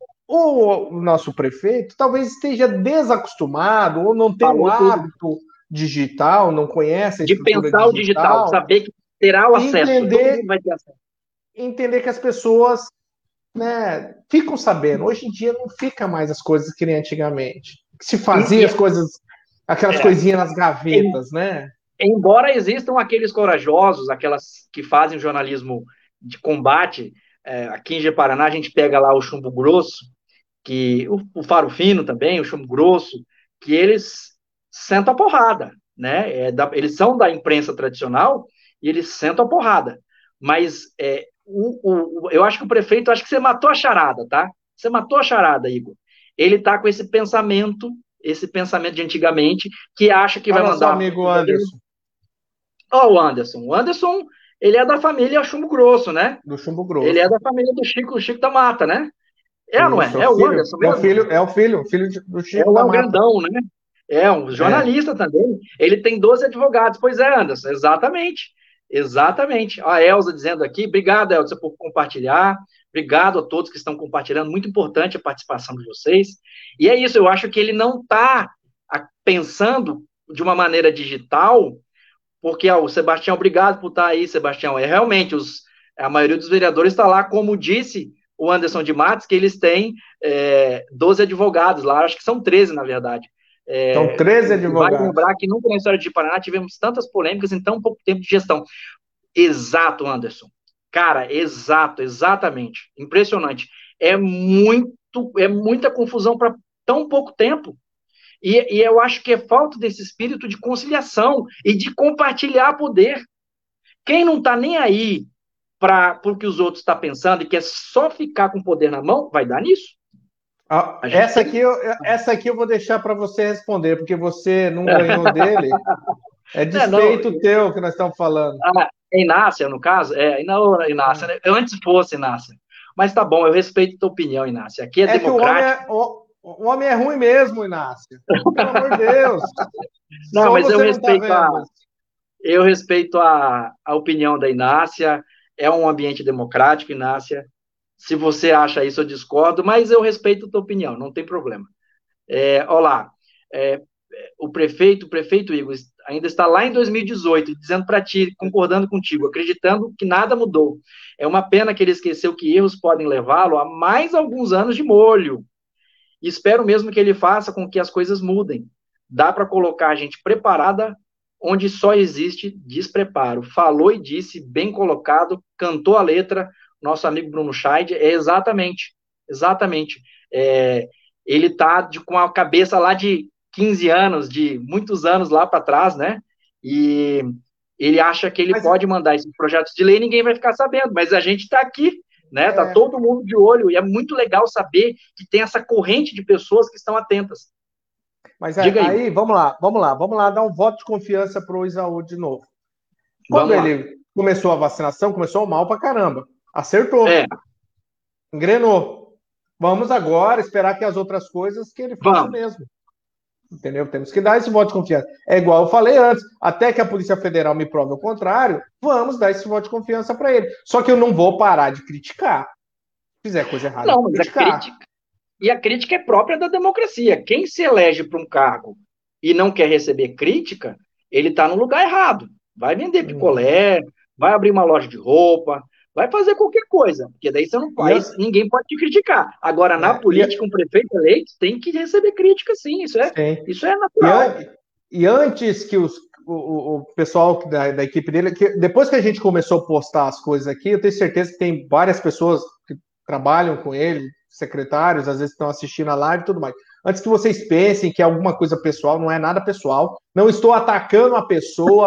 o nosso prefeito talvez esteja desacostumado, ou não tem um hábito digital, não conhece a estrutura de pensar o digital, saber que terá o acesso, todo mundo vai ter acesso. Entender que as pessoas, né, ficam sabendo. Hoje em dia não fica mais as coisas que nem antigamente. Se fazia as coisas, aquelas coisinhas nas gavetas, né? Embora existam aqueles corajosos, aquelas que fazem jornalismo de combate, aqui em Ji-Paraná a gente pega lá o Chumbo Grosso, que o Faro Fino também, o Chumbo Grosso, que eles sentam a porrada, né? Eles são da imprensa tradicional e eles sentam a porrada. Mas eu acho que o prefeito, acho que você matou a charada, tá? Você matou a charada, Igor. Ele tá com esse pensamento de antigamente, que acha que vai mandar... Nosso amigo Anderson. O Anderson. O Anderson, ele é da família Chumbo Grosso, né? Do Chumbo Grosso. Ele é da família do Chico da Mata, né? Ou não é? É o Anderson mesmo? É o filho do Chico da Mata. É o grandão, né? É um jornalista também. Ele tem 12 advogados. Pois é, Anderson, exatamente. Exatamente. A Elza dizendo aqui, obrigado, Elza, por compartilhar. Obrigado a todos que estão compartilhando, muito importante a participação de vocês. E é isso, eu acho que ele não está pensando de uma maneira digital, porque o Sebastião, obrigado por estar aí, Sebastião. É realmente, a maioria dos vereadores está lá, como disse o Anderson de Matos, que eles têm 12 advogados lá, acho que são 13, na verdade. São 13 advogados. Vai lembrar que nunca na história de Paraná tivemos tantas polêmicas em tão pouco tempo de gestão. Exato, Anderson. Cara, exatamente. Impressionante. É muita confusão para tão pouco tempo. E eu acho que é falta desse espírito de conciliação e de compartilhar poder. Quem não está nem aí para o que os outros estão pensando e quer só ficar com o poder na mão, vai dar nisso. Essa aqui eu vou deixar para você responder, porque você não ganhou dele. É despeito teu que nós estamos falando. Inácia, no caso? Não, Inácia. Antes fosse, Inácia. Mas tá bom, eu respeito a tua opinião, Inácia. Aqui é democrático. Que o homem é ruim mesmo, Inácia. Pelo amor de Deus. Não, mas eu respeito a opinião da Inácia. É um ambiente democrático, Inácia. Se você acha isso, eu discordo, mas eu respeito a tua opinião, não tem problema. Olá, o prefeito Igor, ainda está lá em 2018, dizendo para ti, concordando contigo, acreditando que nada mudou. É uma pena que ele esqueceu que erros podem levá-lo a mais alguns anos de molho. Espero mesmo que ele faça com que as coisas mudem. Dá para colocar a gente preparada onde só existe despreparo. Falou e disse, bem colocado, cantou a letra, nosso amigo Bruno Scheid, exatamente. Ele está com a cabeça lá de 15 anos, de muitos anos lá para trás, né? E ele acha que ele pode mandar esses projetos de lei e ninguém vai ficar sabendo, mas a gente está aqui, né? Está todo mundo de olho e é muito legal saber que tem essa corrente de pessoas que estão atentas. Mas aí, vamos lá, dar um voto de confiança para o Isaú de novo. Quando ele começou a vacinação, começou mal pra caramba. Acertou. Engrenou. Vamos agora esperar que as outras coisas que ele faça mesmo. Entendeu? Temos que dar esse voto de confiança. É igual eu falei antes, até que a Polícia Federal me prove o contrário, vamos dar esse voto de confiança para ele. Só que eu não vou parar de criticar. Se fizer coisa errada, não, mas a crítica é própria da democracia. Quem se elege para um cargo e não quer receber crítica, ele está no lugar errado. Vai vender picolé, vai abrir uma loja de roupa, vai fazer qualquer coisa, porque daí você não faz, ninguém pode te criticar. Agora, na política, um prefeito eleito tem que receber crítica, sim, isso é natural. E antes que o pessoal da equipe dele, depois que a gente começou a postar as coisas aqui, eu tenho certeza que tem várias pessoas que trabalham com ele, secretários, às vezes estão assistindo a live e tudo mais. Antes que vocês pensem que é alguma coisa pessoal, não é nada pessoal, não estou atacando a pessoa,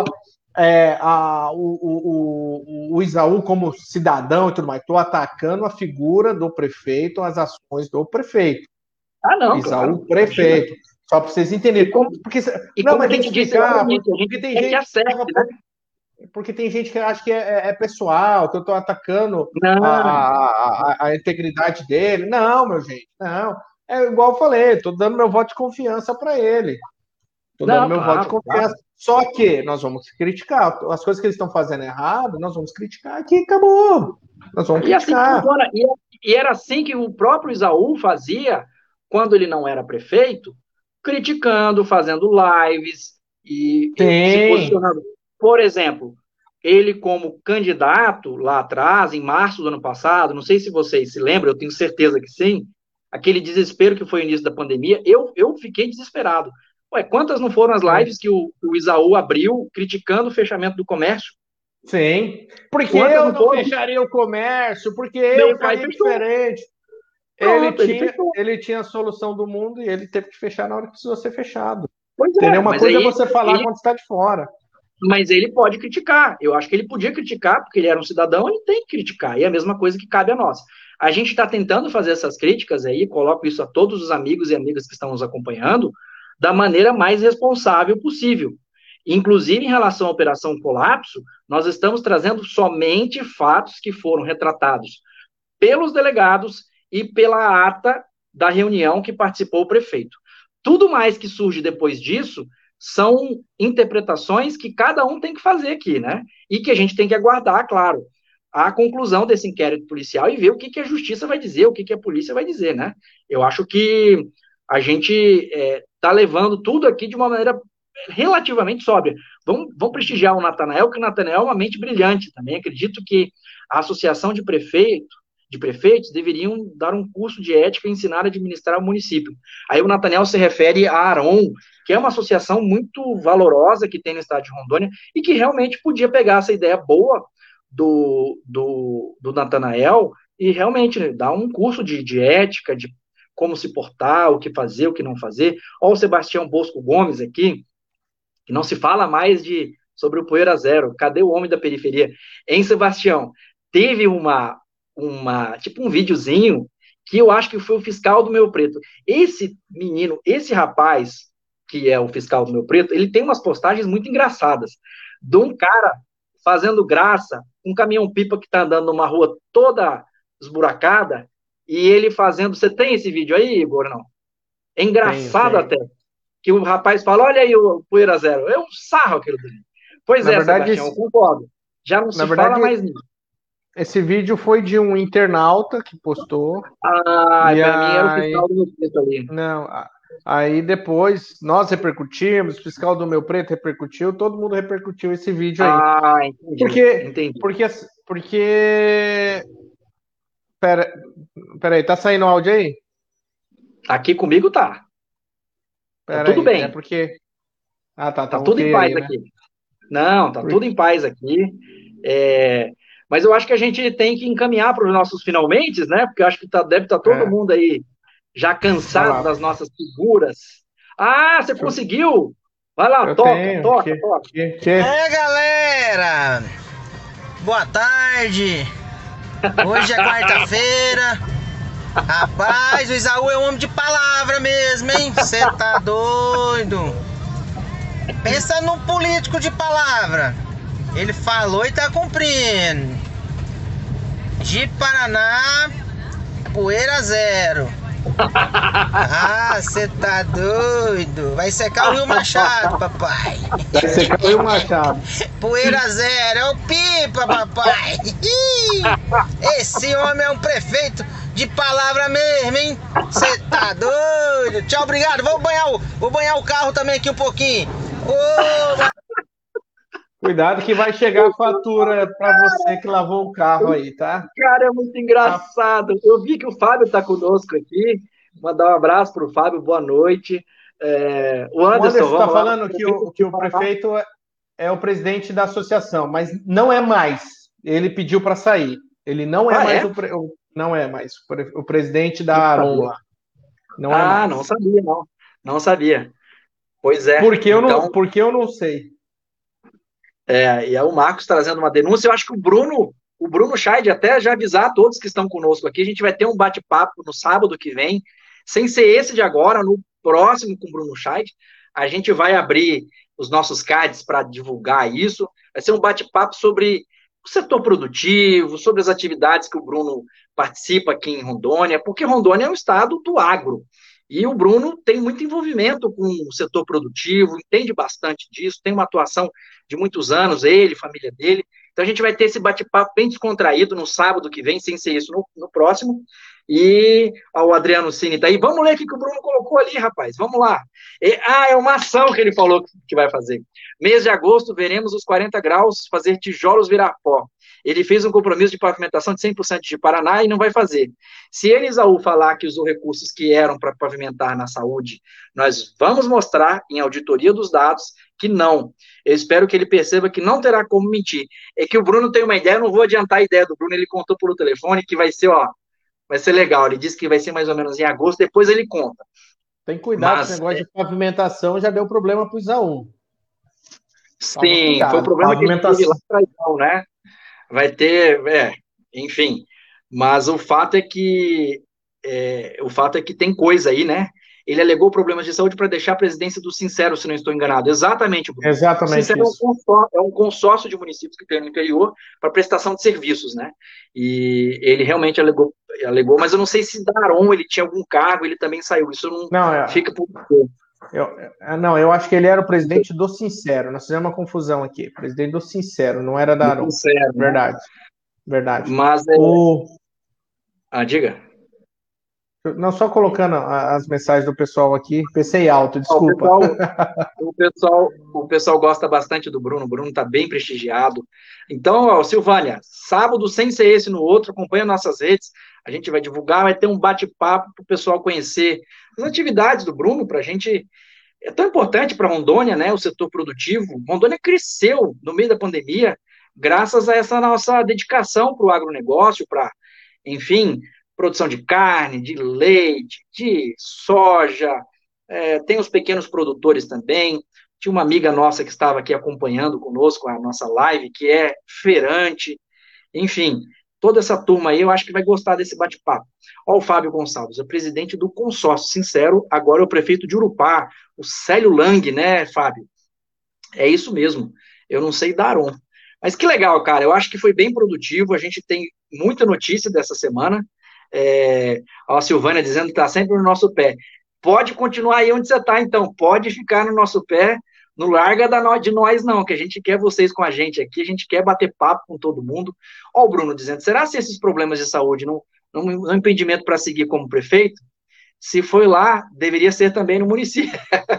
o Isaú como cidadão e tudo mais. Estou atacando a figura do prefeito, as ações do prefeito. Não, Isaú, claro. Prefeito. Só para vocês entenderem. Mas tem que explicar, porque tem gente porque tem gente que acha que é pessoal, que eu estou atacando a integridade dele. Não, meu gente, não. É igual eu falei, estou dando meu voto de confiança para ele. Estou dando meu voto de confiança. Claro. Só que nós vamos criticar. As coisas que eles estão fazendo errado, nós vamos criticar aqui, acabou. Nós vamos criticar. E era assim que o próprio Isaú fazia quando ele não era prefeito, criticando, fazendo lives e se posicionando. Por exemplo, ele como candidato lá atrás, em março do ano passado, não sei se vocês se lembram, eu tenho certeza que sim, aquele desespero que foi o início da pandemia, eu fiquei desesperado. Quantas não foram as lives que o Isaú abriu criticando o fechamento do comércio? Sim. Porque eu não fecharia o comércio, porque eu faria diferente. Ele tinha a solução do mundo e ele teve que fechar na hora que precisou ser fechado. Entendeu? Uma coisa é você falar quando está de fora. Mas ele pode criticar. Eu acho que ele podia criticar, porque ele era um cidadão, ele tem que criticar. E é a mesma coisa que cabe a nós. A gente está tentando fazer essas críticas aí, coloco isso a todos os amigos e amigas que estão nos acompanhando, da maneira mais responsável possível. Inclusive, em relação à Operação Colapso, nós estamos trazendo somente fatos que foram retratados pelos delegados e pela ata da reunião que participou o prefeito. Tudo mais que surge depois disso são interpretações que cada um tem que fazer aqui, né? E que a gente tem que aguardar, claro, a conclusão desse inquérito policial e ver o que a justiça vai dizer, o que a polícia vai dizer, né? Eu acho que a gente está levando tudo aqui de uma maneira relativamente sóbria. Vamos prestigiar o Natanael, que o Natanael é uma mente brilhante também. Acredito que a associação de prefeitos deveriam dar um curso de ética e ensinar a administrar o município. Aí o Natanael se refere a Aron, que é uma associação muito valorosa que tem no estado de Rondônia e que realmente podia pegar essa ideia boa do Natanael e realmente dar um curso de ética, de como se portar, o que fazer, o que não fazer. Olha o Sebastião Bosco Gomes aqui, que não se fala mais sobre o Poeira Zero. Cadê o homem da periferia? Em Sebastião, teve tipo um videozinho que eu acho que foi o fiscal do Meu Preto. Esse menino, esse rapaz, que é o fiscal do Meu Preto, ele tem umas postagens muito engraçadas de um cara fazendo graça, um caminhão-pipa que está andando numa rua toda esburacada, e ele fazendo... Você tem esse vídeo aí, Igor, não? É engraçado até. Que o rapaz fala, olha aí o Poeira Zero. É um sarro aquilo dele. Pois é, Sebastião, eu concordo. Já não se fala mais nisso. Esse vídeo foi de um internauta que postou. Pra mim era o fiscal do Meu Preto ali. Não, aí depois nós repercutimos, o fiscal do Meu Preto repercutiu, todo mundo repercutiu esse vídeo aí. Entendi. Porque... Peraí, tá saindo áudio aí? Aqui comigo tá. Tá tudo bem. É porque... tá tudo em paz aí, aqui. Né? Não, tá tudo em paz aqui. Mas eu acho que a gente tem que encaminhar para os nossos finalmente, né? Porque eu acho que deve estar todo mundo aí já cansado das nossas figuras. Você conseguiu? Vai lá, toca. Galera! Boa tarde! Hoje é quarta-feira. Rapaz, o Isaú é um homem de palavra mesmo, hein? Você tá doido? Pensa num político de palavra. Ele falou e tá cumprindo. De Paraná, Poeira Zero. Você tá doido? Vai secar o Rio Machado, papai. Vai secar o Rio Machado. Poeira Zero, é o Pipa, papai. Esse homem é um prefeito de palavra mesmo, hein? Você tá doido? Tchau, obrigado. Vou banhar o carro também aqui um pouquinho. Cuidado que vai chegar a fatura para você que lavou o carro aí, tá? Cara, é muito engraçado. Eu vi que o Fábio tá conosco aqui. Mandar um abraço pro Fábio, boa noite. O Anderson está falando que o prefeito é o presidente da associação, mas não é mais. Ele pediu para sair. Ele não é mais não é mais o presidente da Aron lá. Não sabia, não. Não sabia. Pois é. Porque eu não sei. E é o Marcos trazendo uma denúncia. Eu acho que o Bruno Scheid, até já avisar a todos que estão conosco aqui, a gente vai ter um bate-papo no sábado que vem, sem ser esse de agora, no próximo com o Bruno Scheid. A gente vai abrir os nossos cards para divulgar isso. Vai ser um bate-papo sobre o setor produtivo, sobre as atividades que o Bruno participa aqui em Rondônia, porque Rondônia é um estado do agro. E o Bruno tem muito envolvimento com o setor produtivo, entende bastante disso, tem uma atuação de muitos anos, ele, família dele. Então a gente vai ter esse bate-papo bem descontraído no sábado que vem, sem ser isso no próximo. E o Adriano Cini tá aí. Vamos ler o que o Bruno colocou ali, rapaz. Vamos lá. É uma ação que ele falou que vai fazer. Mês de agosto, veremos os 40 graus fazer tijolos virar pó. Ele fez um compromisso de pavimentação de 100% de Paraná e não vai fazer. Se ele, Isaú, falar que usou recursos que eram para pavimentar na saúde, nós vamos mostrar em auditoria dos dados que não. Eu espero que ele perceba que não terá como mentir. É que o Bruno tem uma ideia, eu não vou adiantar a ideia do Bruno, ele contou pelo telefone que vai ser legal. Ele disse que vai ser mais ou menos em agosto, depois ele conta. Tem cuidado com esse negócio de pavimentação, já deu problema para o Isaú. Sim, foi o problema que ele teve lá atrás, né? Vai ter, enfim. Mas o fato é que tem coisa aí, né? Ele alegou problemas de saúde para deixar a presidência do Sincero, se não estou enganado. Exatamente, Bruno. Exatamente. O Sincero é um consórcio de municípios que tem no interior para prestação de serviços, né? E ele realmente alegou, mas eu não sei se Daron ele tinha algum cargo, ele também saiu. Isso não fica por. Eu acho que ele era o presidente do Sincero. Nós fizemos uma confusão aqui. Presidente do Sincero, não era Daron. Sincero, verdade. Verdade. Mas, diga. Não, só colocando as mensagens do pessoal aqui, pensei alto, O desculpa. pessoal, o pessoal gosta bastante do Bruno. O Bruno está bem prestigiado. Então, ó, Silvânia, sábado, sem ser esse no outro, acompanha nossas redes. A gente vai divulgar, vai ter um bate-papo para o pessoal conhecer as atividades do Bruno, para a gente. É tão importante para Rondônia, né? O setor produtivo. Rondônia cresceu no meio da pandemia, graças a essa nossa dedicação para o agronegócio, para, enfim, produção de carne, de leite, de soja, tem os pequenos produtores também. Tinha uma amiga nossa que estava aqui acompanhando conosco a nossa live, que é feirante, enfim, toda essa turma aí eu acho que vai gostar desse bate-papo. Ó, o Fábio Gonçalves, é presidente do consórcio Sincero, agora é o prefeito de Urupá, o Célio Lang, né, Fábio? É isso mesmo, eu não sei dar um. Mas que legal, cara, eu acho que foi bem produtivo, a gente tem muita notícia dessa semana. A Silvânia dizendo que está sempre no nosso pé. Pode continuar aí onde você está, então. Pode ficar no nosso pé. Não larga de nós, não, que a gente quer vocês com a gente aqui, a gente quer bater papo com todo mundo. Ó, o Bruno dizendo: será se esses problemas de saúde não é impedimento para seguir como prefeito? Se foi lá, deveria ser também no município.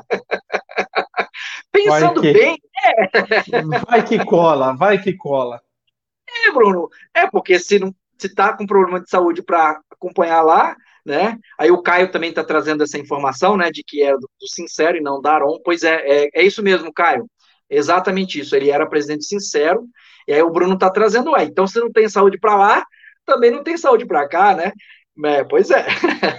Pensando bem. Vai que cola, vai que cola. Bruno, porque se está com problema de saúde para acompanhar lá, né? Aí o Caio também está trazendo essa informação, né, de que é do Sincero e não da Aron. Pois é isso mesmo, Caio. Exatamente isso. Ele era presidente Sincero, e aí o Bruno está trazendo, então se não tem saúde para lá, também não tem saúde para cá, né? Pois é.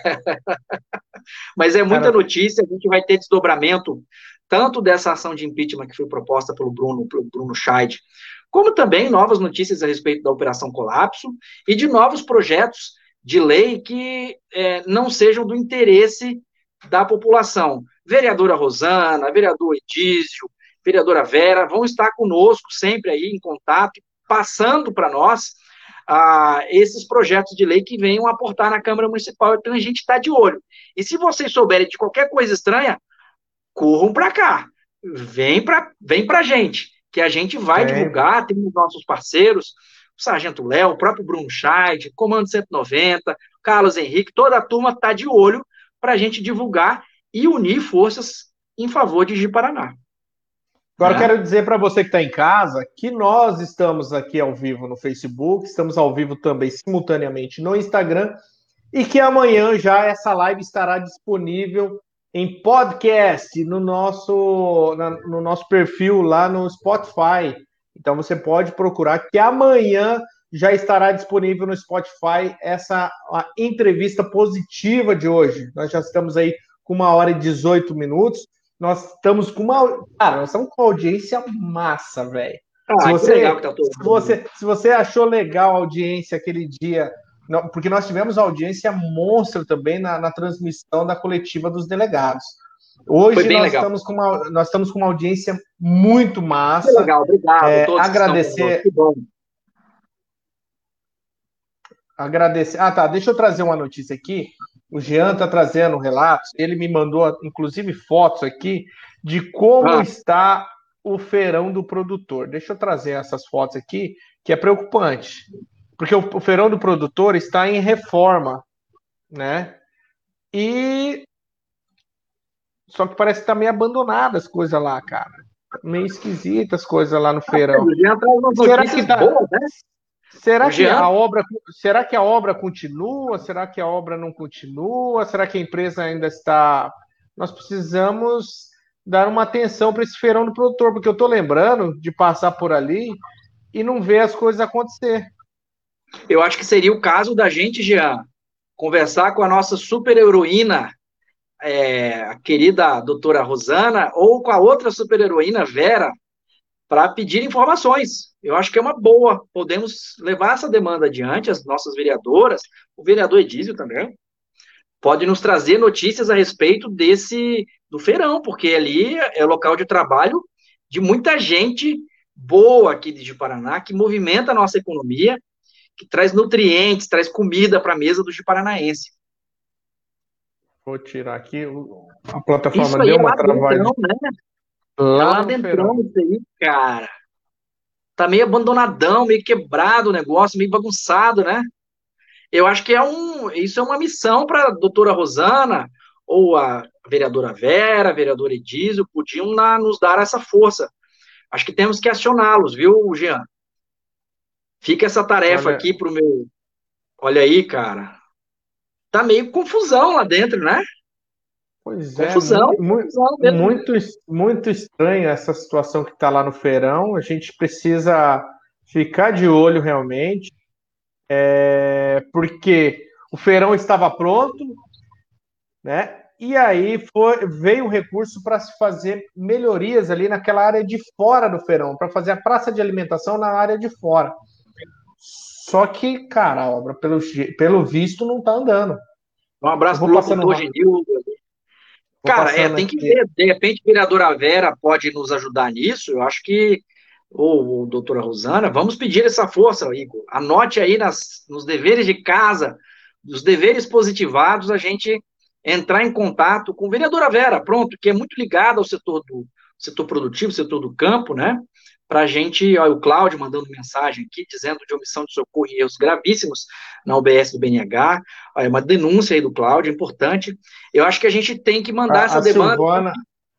Mas é muita notícia, a gente vai ter desdobramento tanto dessa ação de impeachment que foi proposta pelo Bruno Scheid, como também novas notícias a respeito da Operação Colapso e de novos projetos de lei que não sejam do interesse da população. Vereadora Rosana, vereador Edísio, vereadora Vera vão estar conosco sempre aí em contato, passando para nós esses projetos de lei que venham aportar na Câmara Municipal. Então a gente está de olho. E se vocês souberem de qualquer coisa estranha, corram para cá, vem para a gente, que a gente vai divulgar, tem os nossos parceiros, o Sargento Léo, o próprio Bruno Scheid, Comando 190, Carlos Henrique, toda a turma está de olho para a gente divulgar e unir forças em favor de Ji-Paraná. Agora eu quero dizer para você que está em casa que nós estamos aqui ao vivo no Facebook, estamos ao vivo também simultaneamente no Instagram e que amanhã já essa live estará disponível em podcast no nosso perfil lá no Spotify. Então você pode procurar que amanhã já estará disponível no Spotify essa entrevista positiva de hoje. Nós já estamos aí com 1h18. Nós estamos com nós estamos com uma audiência massa, velho. Se você achou legal a audiência aquele dia, porque nós tivemos audiência monstra também na transmissão da coletiva dos delegados. Hoje nós estamos com uma audiência muito massa. Que legal, obrigado. Agradecer. Deixa eu trazer uma notícia aqui. O Jean está trazendo relatos. Ele me mandou, inclusive, fotos aqui de como está o feirão do produtor. Deixa eu trazer essas fotos aqui, que é preocupante. Porque o feirão do produtor está em reforma, né? Só que parece que está meio abandonada as coisas lá, cara. Meio esquisitas as coisas lá no feirão. Será que a obra continua? Será que a obra não continua? Será que a empresa ainda está... Nós precisamos dar uma atenção para esse feirão do produtor, porque eu estou lembrando de passar por ali e não ver as coisas acontecer. Eu acho que seria o caso da gente, Jean, conversar com a nossa super-heroína, a querida doutora Rosana, ou com a outra super-heroína, Vera, para pedir informações. Eu acho que é uma boa. Podemos levar essa demanda adiante, as nossas vereadoras, o vereador Edísio também, pode nos trazer notícias a respeito do feirão, porque ali é local de trabalho de muita gente boa aqui de Ji-Paraná, que movimenta a nossa economia, que traz nutrientes, traz comida para a mesa do Ji-Paranaense. Vou tirar aqui, a plataforma deu uma travada. Né? Lá dentro, isso aí, cara. tá meio abandonadão, meio quebrado o negócio, meio bagunçado, né? Eu acho que isso é uma missão para a doutora Rosana ou a vereadora Vera, a vereadora Edísio, podiam nos dar essa força. Acho que temos que acioná-los, viu, Jean? Fica essa tarefa Olha, aqui pro meu. Olha aí, cara. Tá meio confusão lá dentro, né? pois é, Confusão, confusão mesmo. muito estranha essa situação que está lá no feirão. A gente precisa ficar de olho realmente, porque o feirão estava pronto, né? E aí veio o recurso para se fazer melhorias ali naquela área de fora do feirão, para fazer a praça de alimentação na área de fora. Só que, cara, a obra, pelo visto, não está andando. Um Eu abraço vou pro passando, locutor Genil. vou Cara, passando tem que aqui. ver. De repente, a vereadora Vera pode nos ajudar nisso. Eu acho que, ou doutora Rosana, vamos pedir essa força, Igor. Anote aí nos deveres de casa, dos deveres positivados, a gente entrar em contato com a vereadora Vera, pronto, que é muito ligada ao setor produtivo, setor do campo, né? Para a gente, olha, o Cláudio mandando mensagem aqui, dizendo de omissão de socorro e erros gravíssimos na UBS do BNH, olha, uma denúncia aí do Cláudio, importante. Eu acho que a gente tem que mandar A, essa a demanda. Silvana,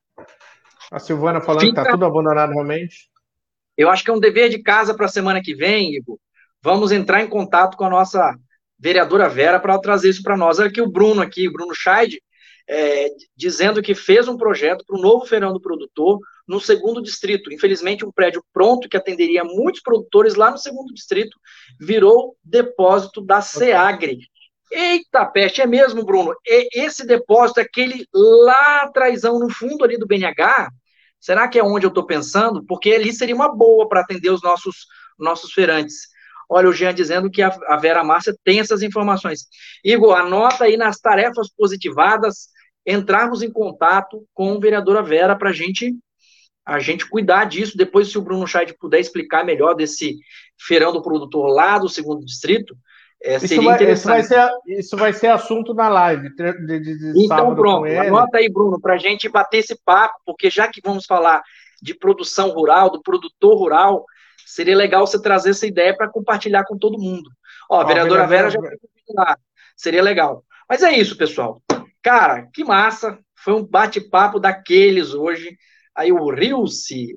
a Silvana falando que está Fica, tudo abandonado realmente. eu acho que é um dever de casa para a semana que vem, Igor. Vamos entrar em contato com a nossa vereadora Vera para trazer isso para nós. Olha aqui o Bruno Scheid, dizendo que fez um projeto para o novo feirão do produtor no segundo distrito. Infelizmente, um prédio pronto que atenderia muitos produtores lá no segundo distrito virou depósito da SEAGRE. Eita peste, é mesmo, Bruno? Esse depósito é aquele lá atrásão, no fundo ali do BNH? Será que é onde eu estou pensando? Porque ali seria uma boa para atender os nossos feirantes. Olha, o Jean dizendo que a Vera Márcia tem essas informações. Igor, anota aí nas tarefas positivadas, entrarmos em contato com a vereadora Vera para a gente cuidar disso. Depois, se o Bruno Scheid puder explicar melhor desse feirão do produtor lá do segundo distrito, seria interessante. Isso vai ser assunto na live de Então, sábado com pronto, ele. anota aí, Bruno, para a gente bater esse papo, porque já que vamos falar de produção rural, do produtor rural, seria legal você trazer essa ideia para compartilhar com todo mundo. Ó, a vereadora Vera já lá, seria legal. Mas é isso, pessoal. Cara, que massa, foi um bate-papo daqueles hoje. Aí o Rilce,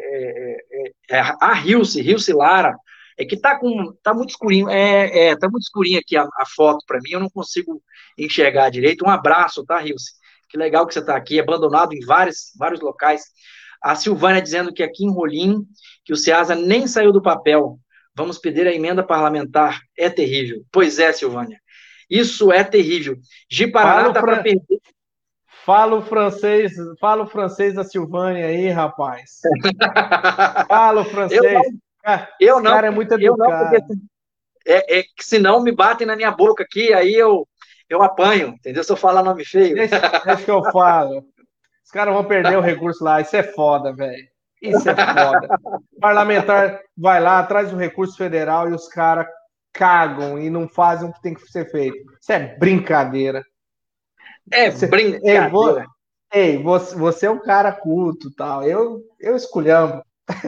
Rilce Lara, que tá muito escurinho, tá muito escurinho aqui a foto para mim, eu não consigo enxergar direito. Um abraço, tá, Rilce? Que legal que você está aqui, abandonado em vários locais. A Silvânia dizendo que aqui em Rolim, que o Ceasa nem saiu do papel. Vamos pedir a emenda parlamentar. É terrível. Pois é, Silvânia. Isso é terrível. Ji-Paraná tá para perder. Fala o francês da Silvânia aí, rapaz. Fala o francês. Eu não, cara é muito educado. Que senão me batem na minha boca aqui, aí eu apanho, entendeu? Se eu falar nome feio. Deixa que eu falo. Os caras vão perder o recurso lá. Isso é foda, velho. Isso é foda. O parlamentar vai lá, traz o recurso federal e os caras cagam e não fazem o que tem que ser feito. Isso é brincadeira. Brincadeira. Você é um cara culto, tal. Eu esculhambo.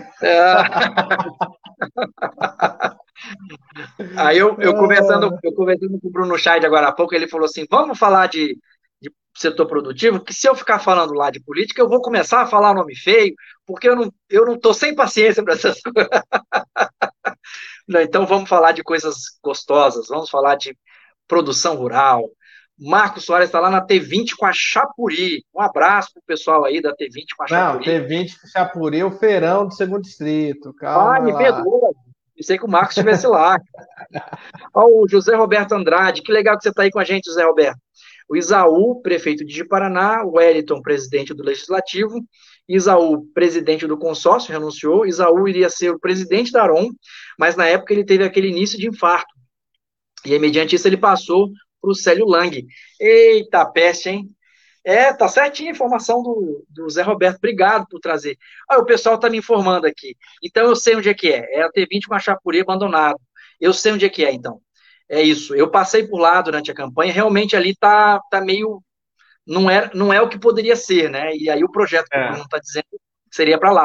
Aí eu conversando com o Bruno Scheid agora há pouco, ele falou assim, vamos falar de setor produtivo, que se eu ficar falando lá de política, eu vou começar a falar nome feio, porque eu não tô sem paciência para essas coisas. Não, então vamos falar de coisas gostosas, vamos falar de produção rural. Marcos Soares está lá na T20 com a Chapuri. Um abraço pro pessoal aí da T20 com a Chapuri. Não, T20 com a Chapuri é o feirão do segundo distrito. Calma me lá. perdoa. Pensei que o Marcos estivesse lá. Ó, o José Roberto Andrade. Que legal que você está aí com a gente, José Roberto. O Isaú, prefeito de Ji-Paraná. O Wellington, presidente do Legislativo. Isaú, presidente do consórcio, renunciou. Isaú iria ser o presidente da ARON, mas na época ele teve aquele início de infarto. E aí, mediante isso, ele passou para o Célio Lang. Eita peste, hein? Tá certinha a informação do Zé Roberto. Obrigado por trazer. Olha, o pessoal está me informando aqui. Então, eu sei onde é que é. É a T20 com a Chapuri abandonado. Eu sei onde é que é, então. É isso. Eu passei por lá durante a campanha. Realmente, ali tá meio... Não é o que poderia ser, né? E aí, o projeto que o Bruno está dizendo seria para lá.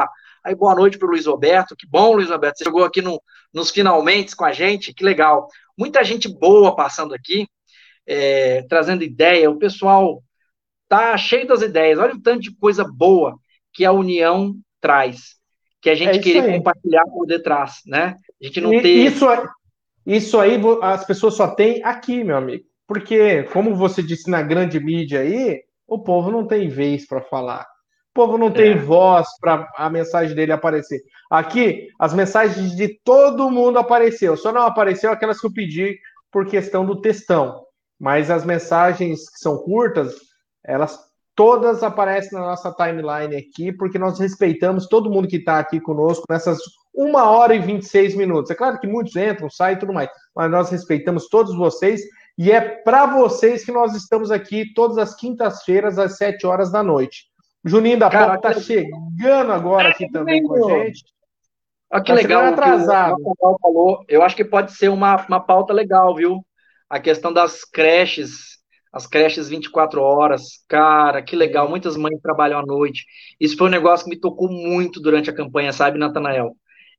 Aí, boa noite para o Luiz Roberto. Que bom, Luiz Roberto, você chegou aqui nos finalmente com a gente, que legal. Muita gente boa passando aqui, trazendo ideia. O pessoal tá cheio das ideias. Olha o tanto de coisa boa que a união traz, que a gente querer compartilhar por detrás, né? A gente não ter... Isso aí as pessoas só têm aqui, meu amigo. Porque, como você disse na grande mídia aí, o povo não tem vez para falar. O povo não tem voz para a mensagem dele aparecer. Aqui, as mensagens de todo mundo apareceu. Só não apareceu aquelas que eu pedi por questão do textão. Mas as mensagens que são curtas, elas todas aparecem na nossa timeline aqui, porque nós respeitamos todo mundo que está aqui conosco nessas 1h26. É claro que muitos entram, saem e tudo mais, mas nós respeitamos todos vocês e é para vocês que nós estamos aqui todas as quintas-feiras, às 7 horas da noite. O Juninho da Pop está chegando agora aqui também com a gente. Olha que legal atrasado. O Paulo falou. Eu acho que pode ser uma pauta legal, viu? A questão das creches, as creches 24 horas. Cara, que legal. Muitas mães trabalham à noite. Isso foi um negócio que me tocou muito durante a campanha, sabe, Natanael?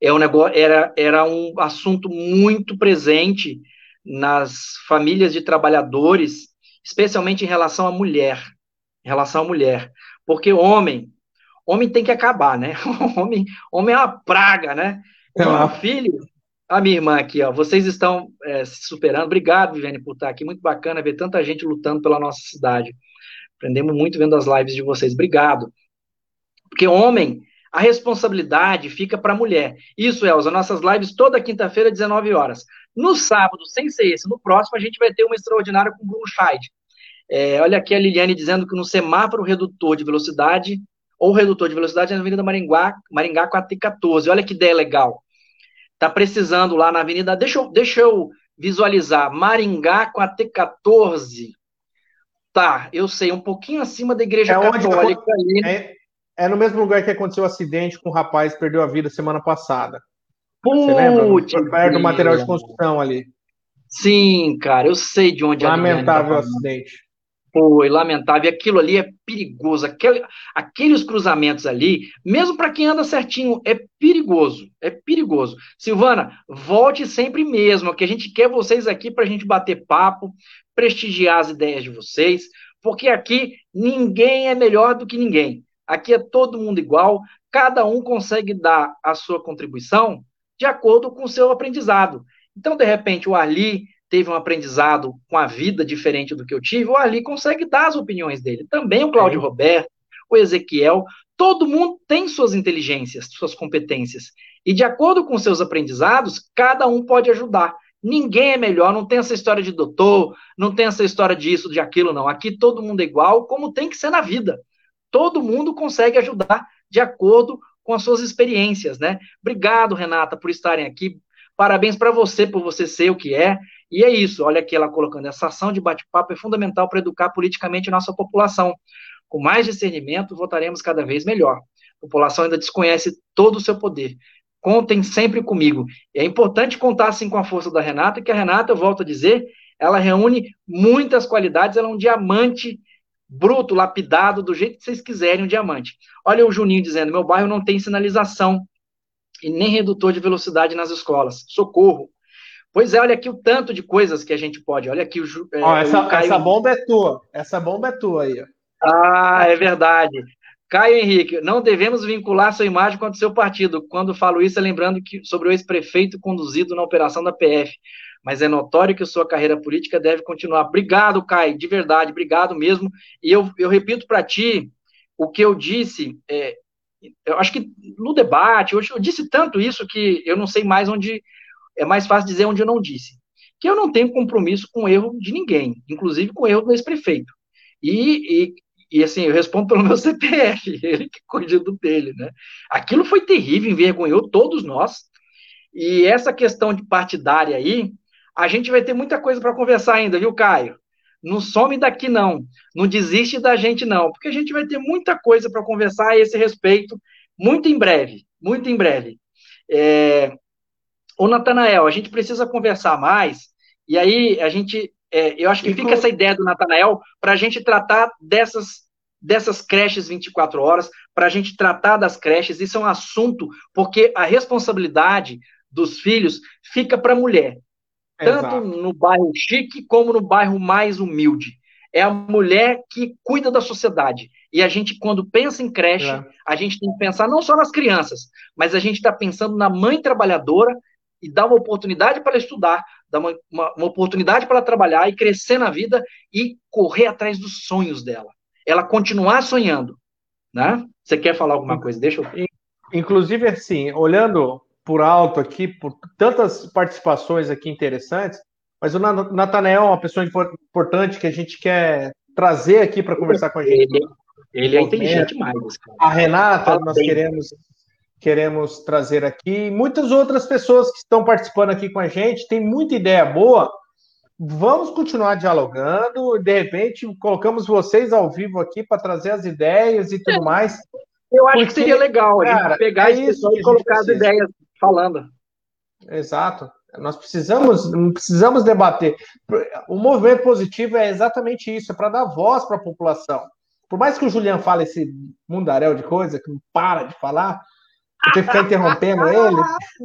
Era um assunto muito presente nas famílias de trabalhadores, especialmente em relação à mulher. Em relação à mulher. Porque homem tem que acabar, né? Homem é uma praga, né? Meu filho, a minha irmã aqui, ó, vocês estão se superando. Obrigado, Viviane, por estar aqui. Muito bacana ver tanta gente lutando pela nossa cidade. Aprendemos muito vendo as lives de vocês. Obrigado. Porque homem, a responsabilidade fica para a mulher. Isso, Elza, nossas lives toda quinta-feira, 19 horas. No sábado, sem ser esse, no próximo, a gente vai ter uma extraordinária com o Bruno Scheid. Olha aqui a Liliane dizendo que no semáforo redutor de velocidade, ou redutor de velocidade é na Avenida Maringá 414. Olha que ideia legal. Tá precisando lá na Avenida... Deixa eu visualizar. Maringá 414. Tá, eu sei, um pouquinho acima da Igreja Católica. É no mesmo lugar que aconteceu o acidente com um rapaz que perdeu a vida semana passada. Você lembra? Perto do material de construção ali. Sim, cara, eu sei de onde lamentável acidente. Foi lamentável. E aquilo ali é perigoso. Aqueles cruzamentos ali, mesmo para quem anda certinho, é perigoso. É perigoso. Silvana, volte sempre mesmo, que a gente quer vocês aqui para a gente bater papo, prestigiar as ideias de vocês, porque aqui ninguém é melhor do que ninguém. Aqui é todo mundo igual, cada um consegue dar a sua contribuição de acordo com o seu aprendizado. Então, de repente, o Arli teve um aprendizado com a vida diferente do que eu tive, o Arli consegue dar as opiniões dele. Também o Cláudio Roberto, o Ezequiel, todo mundo tem suas inteligências, suas competências. E de acordo com seus aprendizados, cada um pode ajudar. Ninguém é melhor, não tem essa história de doutor, não tem essa história disso, de aquilo, não. Aqui todo mundo é igual, como tem que ser na vida. Todo mundo consegue ajudar de acordo com as suas experiências, né? Obrigado, Renata, por estarem aqui. Parabéns para você, por você ser o que é. E é isso, olha aqui ela colocando, essa ação de bate-papo é fundamental para educar politicamente a nossa população. Com mais discernimento, votaremos cada vez melhor. A população ainda desconhece todo o seu poder. Contem sempre comigo. É importante contar, sim, com a força da Renata, que a Renata, eu volto a dizer, ela reúne muitas qualidades, ela é um diamante bruto, lapidado, do jeito que vocês quiserem, um diamante. Olha o Juninho dizendo, meu bairro não tem sinalização e nem redutor de velocidade nas escolas. Socorro. Pois é, olha aqui o tanto de coisas que a gente pode. Olha aqui o Caio... Essa bomba é tua. Essa bomba é tua aí. Ah, é verdade. Caio Henrique, não devemos vincular sua imagem com a do seu partido. Quando falo isso, é lembrando que sobre o ex-prefeito conduzido na operação da PF. Mas é notório que sua carreira política deve continuar. Obrigado, Caio, de verdade, obrigado mesmo. E eu repito para ti o que eu disse, eu acho que no debate, eu disse tanto isso que eu não sei mais onde, é mais fácil dizer onde eu não disse. Que eu não tenho compromisso com o erro de ninguém, inclusive com o erro do ex-prefeito. E assim, eu respondo pelo meu CPF, ele que cuida do dele, né? Aquilo foi terrível, envergonhou todos nós. E essa questão de partidária aí, a gente vai ter muita coisa para conversar ainda, viu, Caio? Não some daqui, não. Não desiste da gente, não. Porque a gente vai ter muita coisa para conversar a esse respeito, muito em breve. Muito em breve. Ô, Natanael, a gente precisa conversar mais. E aí, a gente... eu acho que fica essa ideia do Natanael para a gente tratar dessas creches 24 horas, para a gente tratar das creches. Isso é um assunto, porque a responsabilidade dos filhos fica para a mulher, tanto no bairro chique como no bairro mais humilde. É a mulher que cuida da sociedade. E a gente, quando pensa em creche, a gente tem que pensar não só nas crianças, mas a gente está pensando na mãe trabalhadora e dar uma oportunidade para ela estudar, dar uma oportunidade para ela trabalhar e crescer na vida e correr atrás dos sonhos dela. Ela continuar sonhando, né? Você quer falar alguma coisa? Deixa eu... Inclusive, assim, olhando por alto aqui, por tantas participações aqui interessantes, mas o Natanael é uma pessoa importante que a gente quer trazer aqui para conversar com a gente. Ele é inteligente demais. A Renata, nós queremos trazer aqui. Muitas outras pessoas que estão participando aqui com a gente, tem muita ideia boa. Vamos continuar dialogando. De repente, colocamos vocês ao vivo aqui para trazer as ideias e tudo mais. Eu acho que seria legal a gente pegar isso e colocar as ideias falando. Exato. Nós precisamos debater. O movimento positivo é exatamente isso, é para dar voz para a população. Por mais que o Julian fale esse mundaréu de coisa, que não para de falar, eu tenho que ficar interrompendo ele.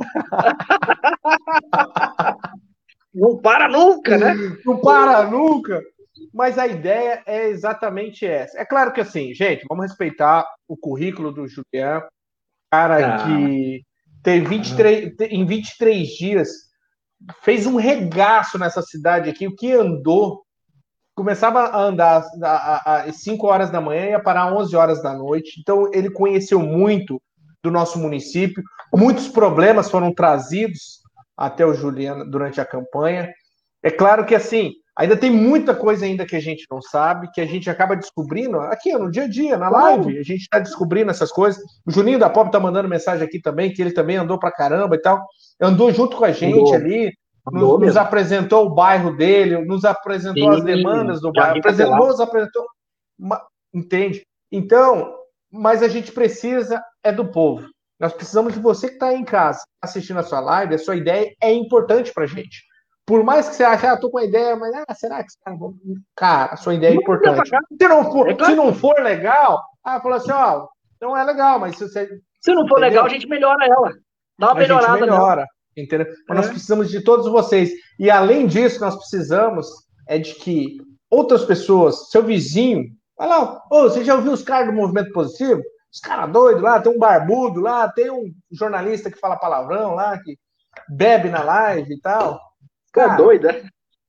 Não para nunca, né? Não para nunca. Mas a ideia é exatamente essa. É claro que assim, gente, vamos respeitar o currículo do Julian, cara que tem 23 dias fez um regaço nessa cidade aqui, o que andou, começava a andar às 5 horas da manhã e ia parar às 11 horas da noite, então ele conheceu muito do nosso município, muitos problemas foram trazidos até o Juliano durante a campanha. É claro que assim, ainda tem muita coisa ainda que a gente não sabe, que a gente acaba descobrindo aqui no dia a dia, na live, a gente está descobrindo essas coisas. O Juninho da Pop tá mandando mensagem aqui também, que ele também andou pra caramba e tal, andou junto com a gente ali, nos apresentou o bairro dele, nos apresentou as demandas do bairro, apresentou, entende? Então, mas a gente precisa do povo. Nós precisamos de você que está aí em casa, assistindo a sua live, a sua ideia é importante pra gente. Por mais que você ache, tô com a ideia, mas será que... Cara, a sua ideia é importante. Se não for legal, fala assim, não é legal, mas se não for legal, a gente melhora ela. Dá uma melhorada. A gente melhora, entendeu? Mas nós precisamos de todos vocês. E além disso, nós precisamos de que outras pessoas, seu vizinho, vai lá, você já ouviu os caras do Movimento Positivo? Os caras doidos lá, tem um barbudo lá, tem um jornalista que fala palavrão lá, que bebe na live e tal. Cara, doido, né?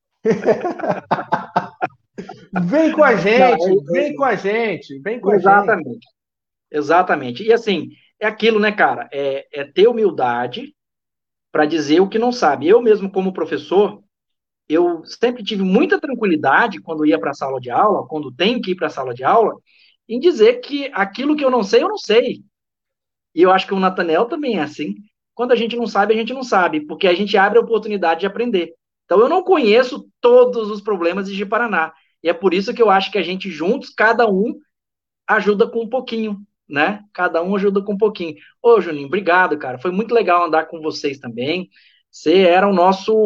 Vem com a gente, vem com a gente. Exatamente. E assim, é aquilo, né, cara? É ter humildade para dizer o que não sabe. Eu mesmo, como professor, eu sempre tive muita tranquilidade quando ia para a sala de aula, quando tenho que ir para a sala de aula, em dizer que aquilo que eu não sei. E eu acho que o Natanael também é assim. Quando a gente não sabe, porque a gente abre a oportunidade de aprender. Então, eu não conheço todos os problemas de Ji-Paraná. E é por isso que eu acho que a gente juntos, cada um ajuda com um pouquinho, né? Cada um ajuda com um pouquinho. Ô, Juninho, obrigado, cara. Foi muito legal andar com vocês também. Você era o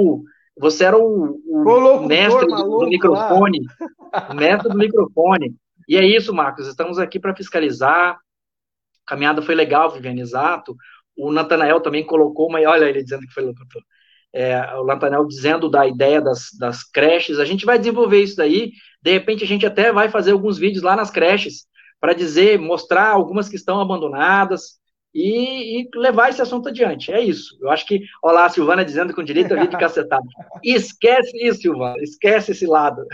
mestre do microfone. O mestre do microfone. E é isso, Marcos. Estamos aqui para fiscalizar. A caminhada foi legal, Viviane, exato. O Natanael também colocou olha ele dizendo que foi locutor. O Natanael dizendo da ideia das creches. A gente vai desenvolver isso daí. De repente, a gente até vai fazer alguns vídeos lá nas creches para mostrar algumas que estão abandonadas e levar esse assunto adiante. É isso. Eu acho que, olha lá, a Silvana dizendo com direito a vídeo cacetado. Esquece isso, Silvana. Esquece esse lado.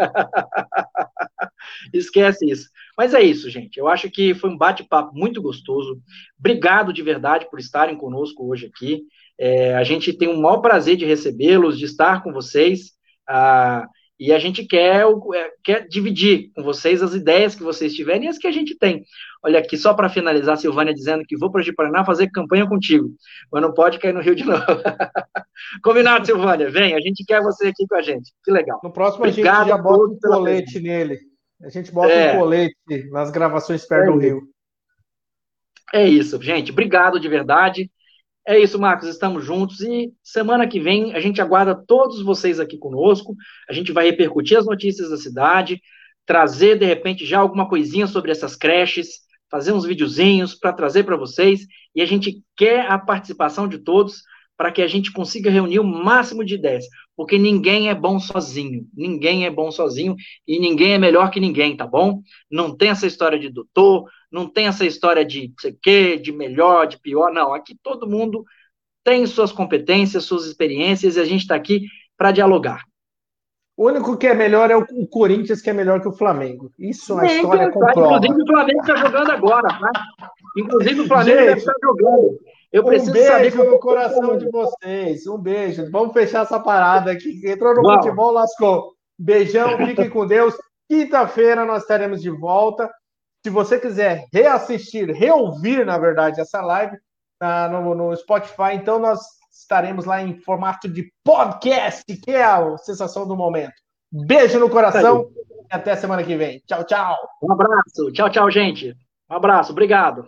Esquece isso. Mas é isso, gente. Eu acho que foi um bate-papo muito gostoso. Obrigado de verdade por estarem conosco hoje aqui. A gente tem o maior prazer de recebê-los, de estar com vocês. E a gente quer dividir com vocês as ideias que vocês tiverem e as que a gente tem. Olha aqui, só para finalizar, a Silvânia dizendo que vou para o Ji-Paraná fazer campanha contigo, mas não pode cair no Rio de novo. Combinado, Silvânia? Vem, a gente quer você aqui com a gente. Que legal. No próximo a gente já bota um colete nele. A gente bota um colete nas gravações perto do Rio. É isso, gente. Obrigado de verdade. É isso, Marcos, estamos juntos e semana que vem a gente aguarda todos vocês aqui conosco, a gente vai repercutir as notícias da cidade, trazer, de repente, já alguma coisinha sobre essas creches, fazer uns videozinhos para trazer para vocês, e a gente quer a participação de todos para que a gente consiga reunir o máximo de ideias, porque ninguém é bom sozinho, e ninguém é melhor que ninguém, tá bom? Não tem essa história de doutor, não tem essa história de não sei o quê, de melhor, de pior, não, aqui todo mundo tem suas competências, suas experiências, e a gente está aqui para dialogar. O único que é melhor é o Corinthians, que é melhor que o Flamengo. Isso a história comprova. Inclusive o Flamengo está jogando agora, tá? Inclusive o Flamengo deve estar jogando. Eu preciso saber beijo no coração de vocês. Um beijo. Vamos fechar essa parada aqui. Entrou no futebol, lascou. Beijão, fiquem com Deus. Quinta-feira nós estaremos de volta. Se você quiser reassistir, reouvir, na verdade, essa live no Spotify, então nós estaremos lá em formato de podcast, que é a sensação do momento. Beijo no coração e até semana que vem. Tchau, tchau. Um abraço. Tchau, tchau, gente. Um abraço. Obrigado.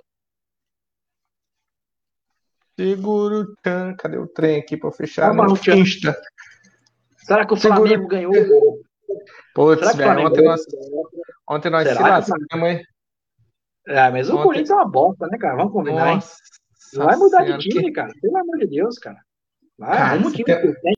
Seguro. Cadê o trem aqui para fechar? No Insta. Será que o Flamengo ganhou? Putz, velho, ontem nós se lascamos, hein? Mas o Corinthians é uma bosta, né, cara? Vamos combinar, hein? Não vai mudar de time, cara. Pelo amor de Deus, cara. Vai, arruma um time.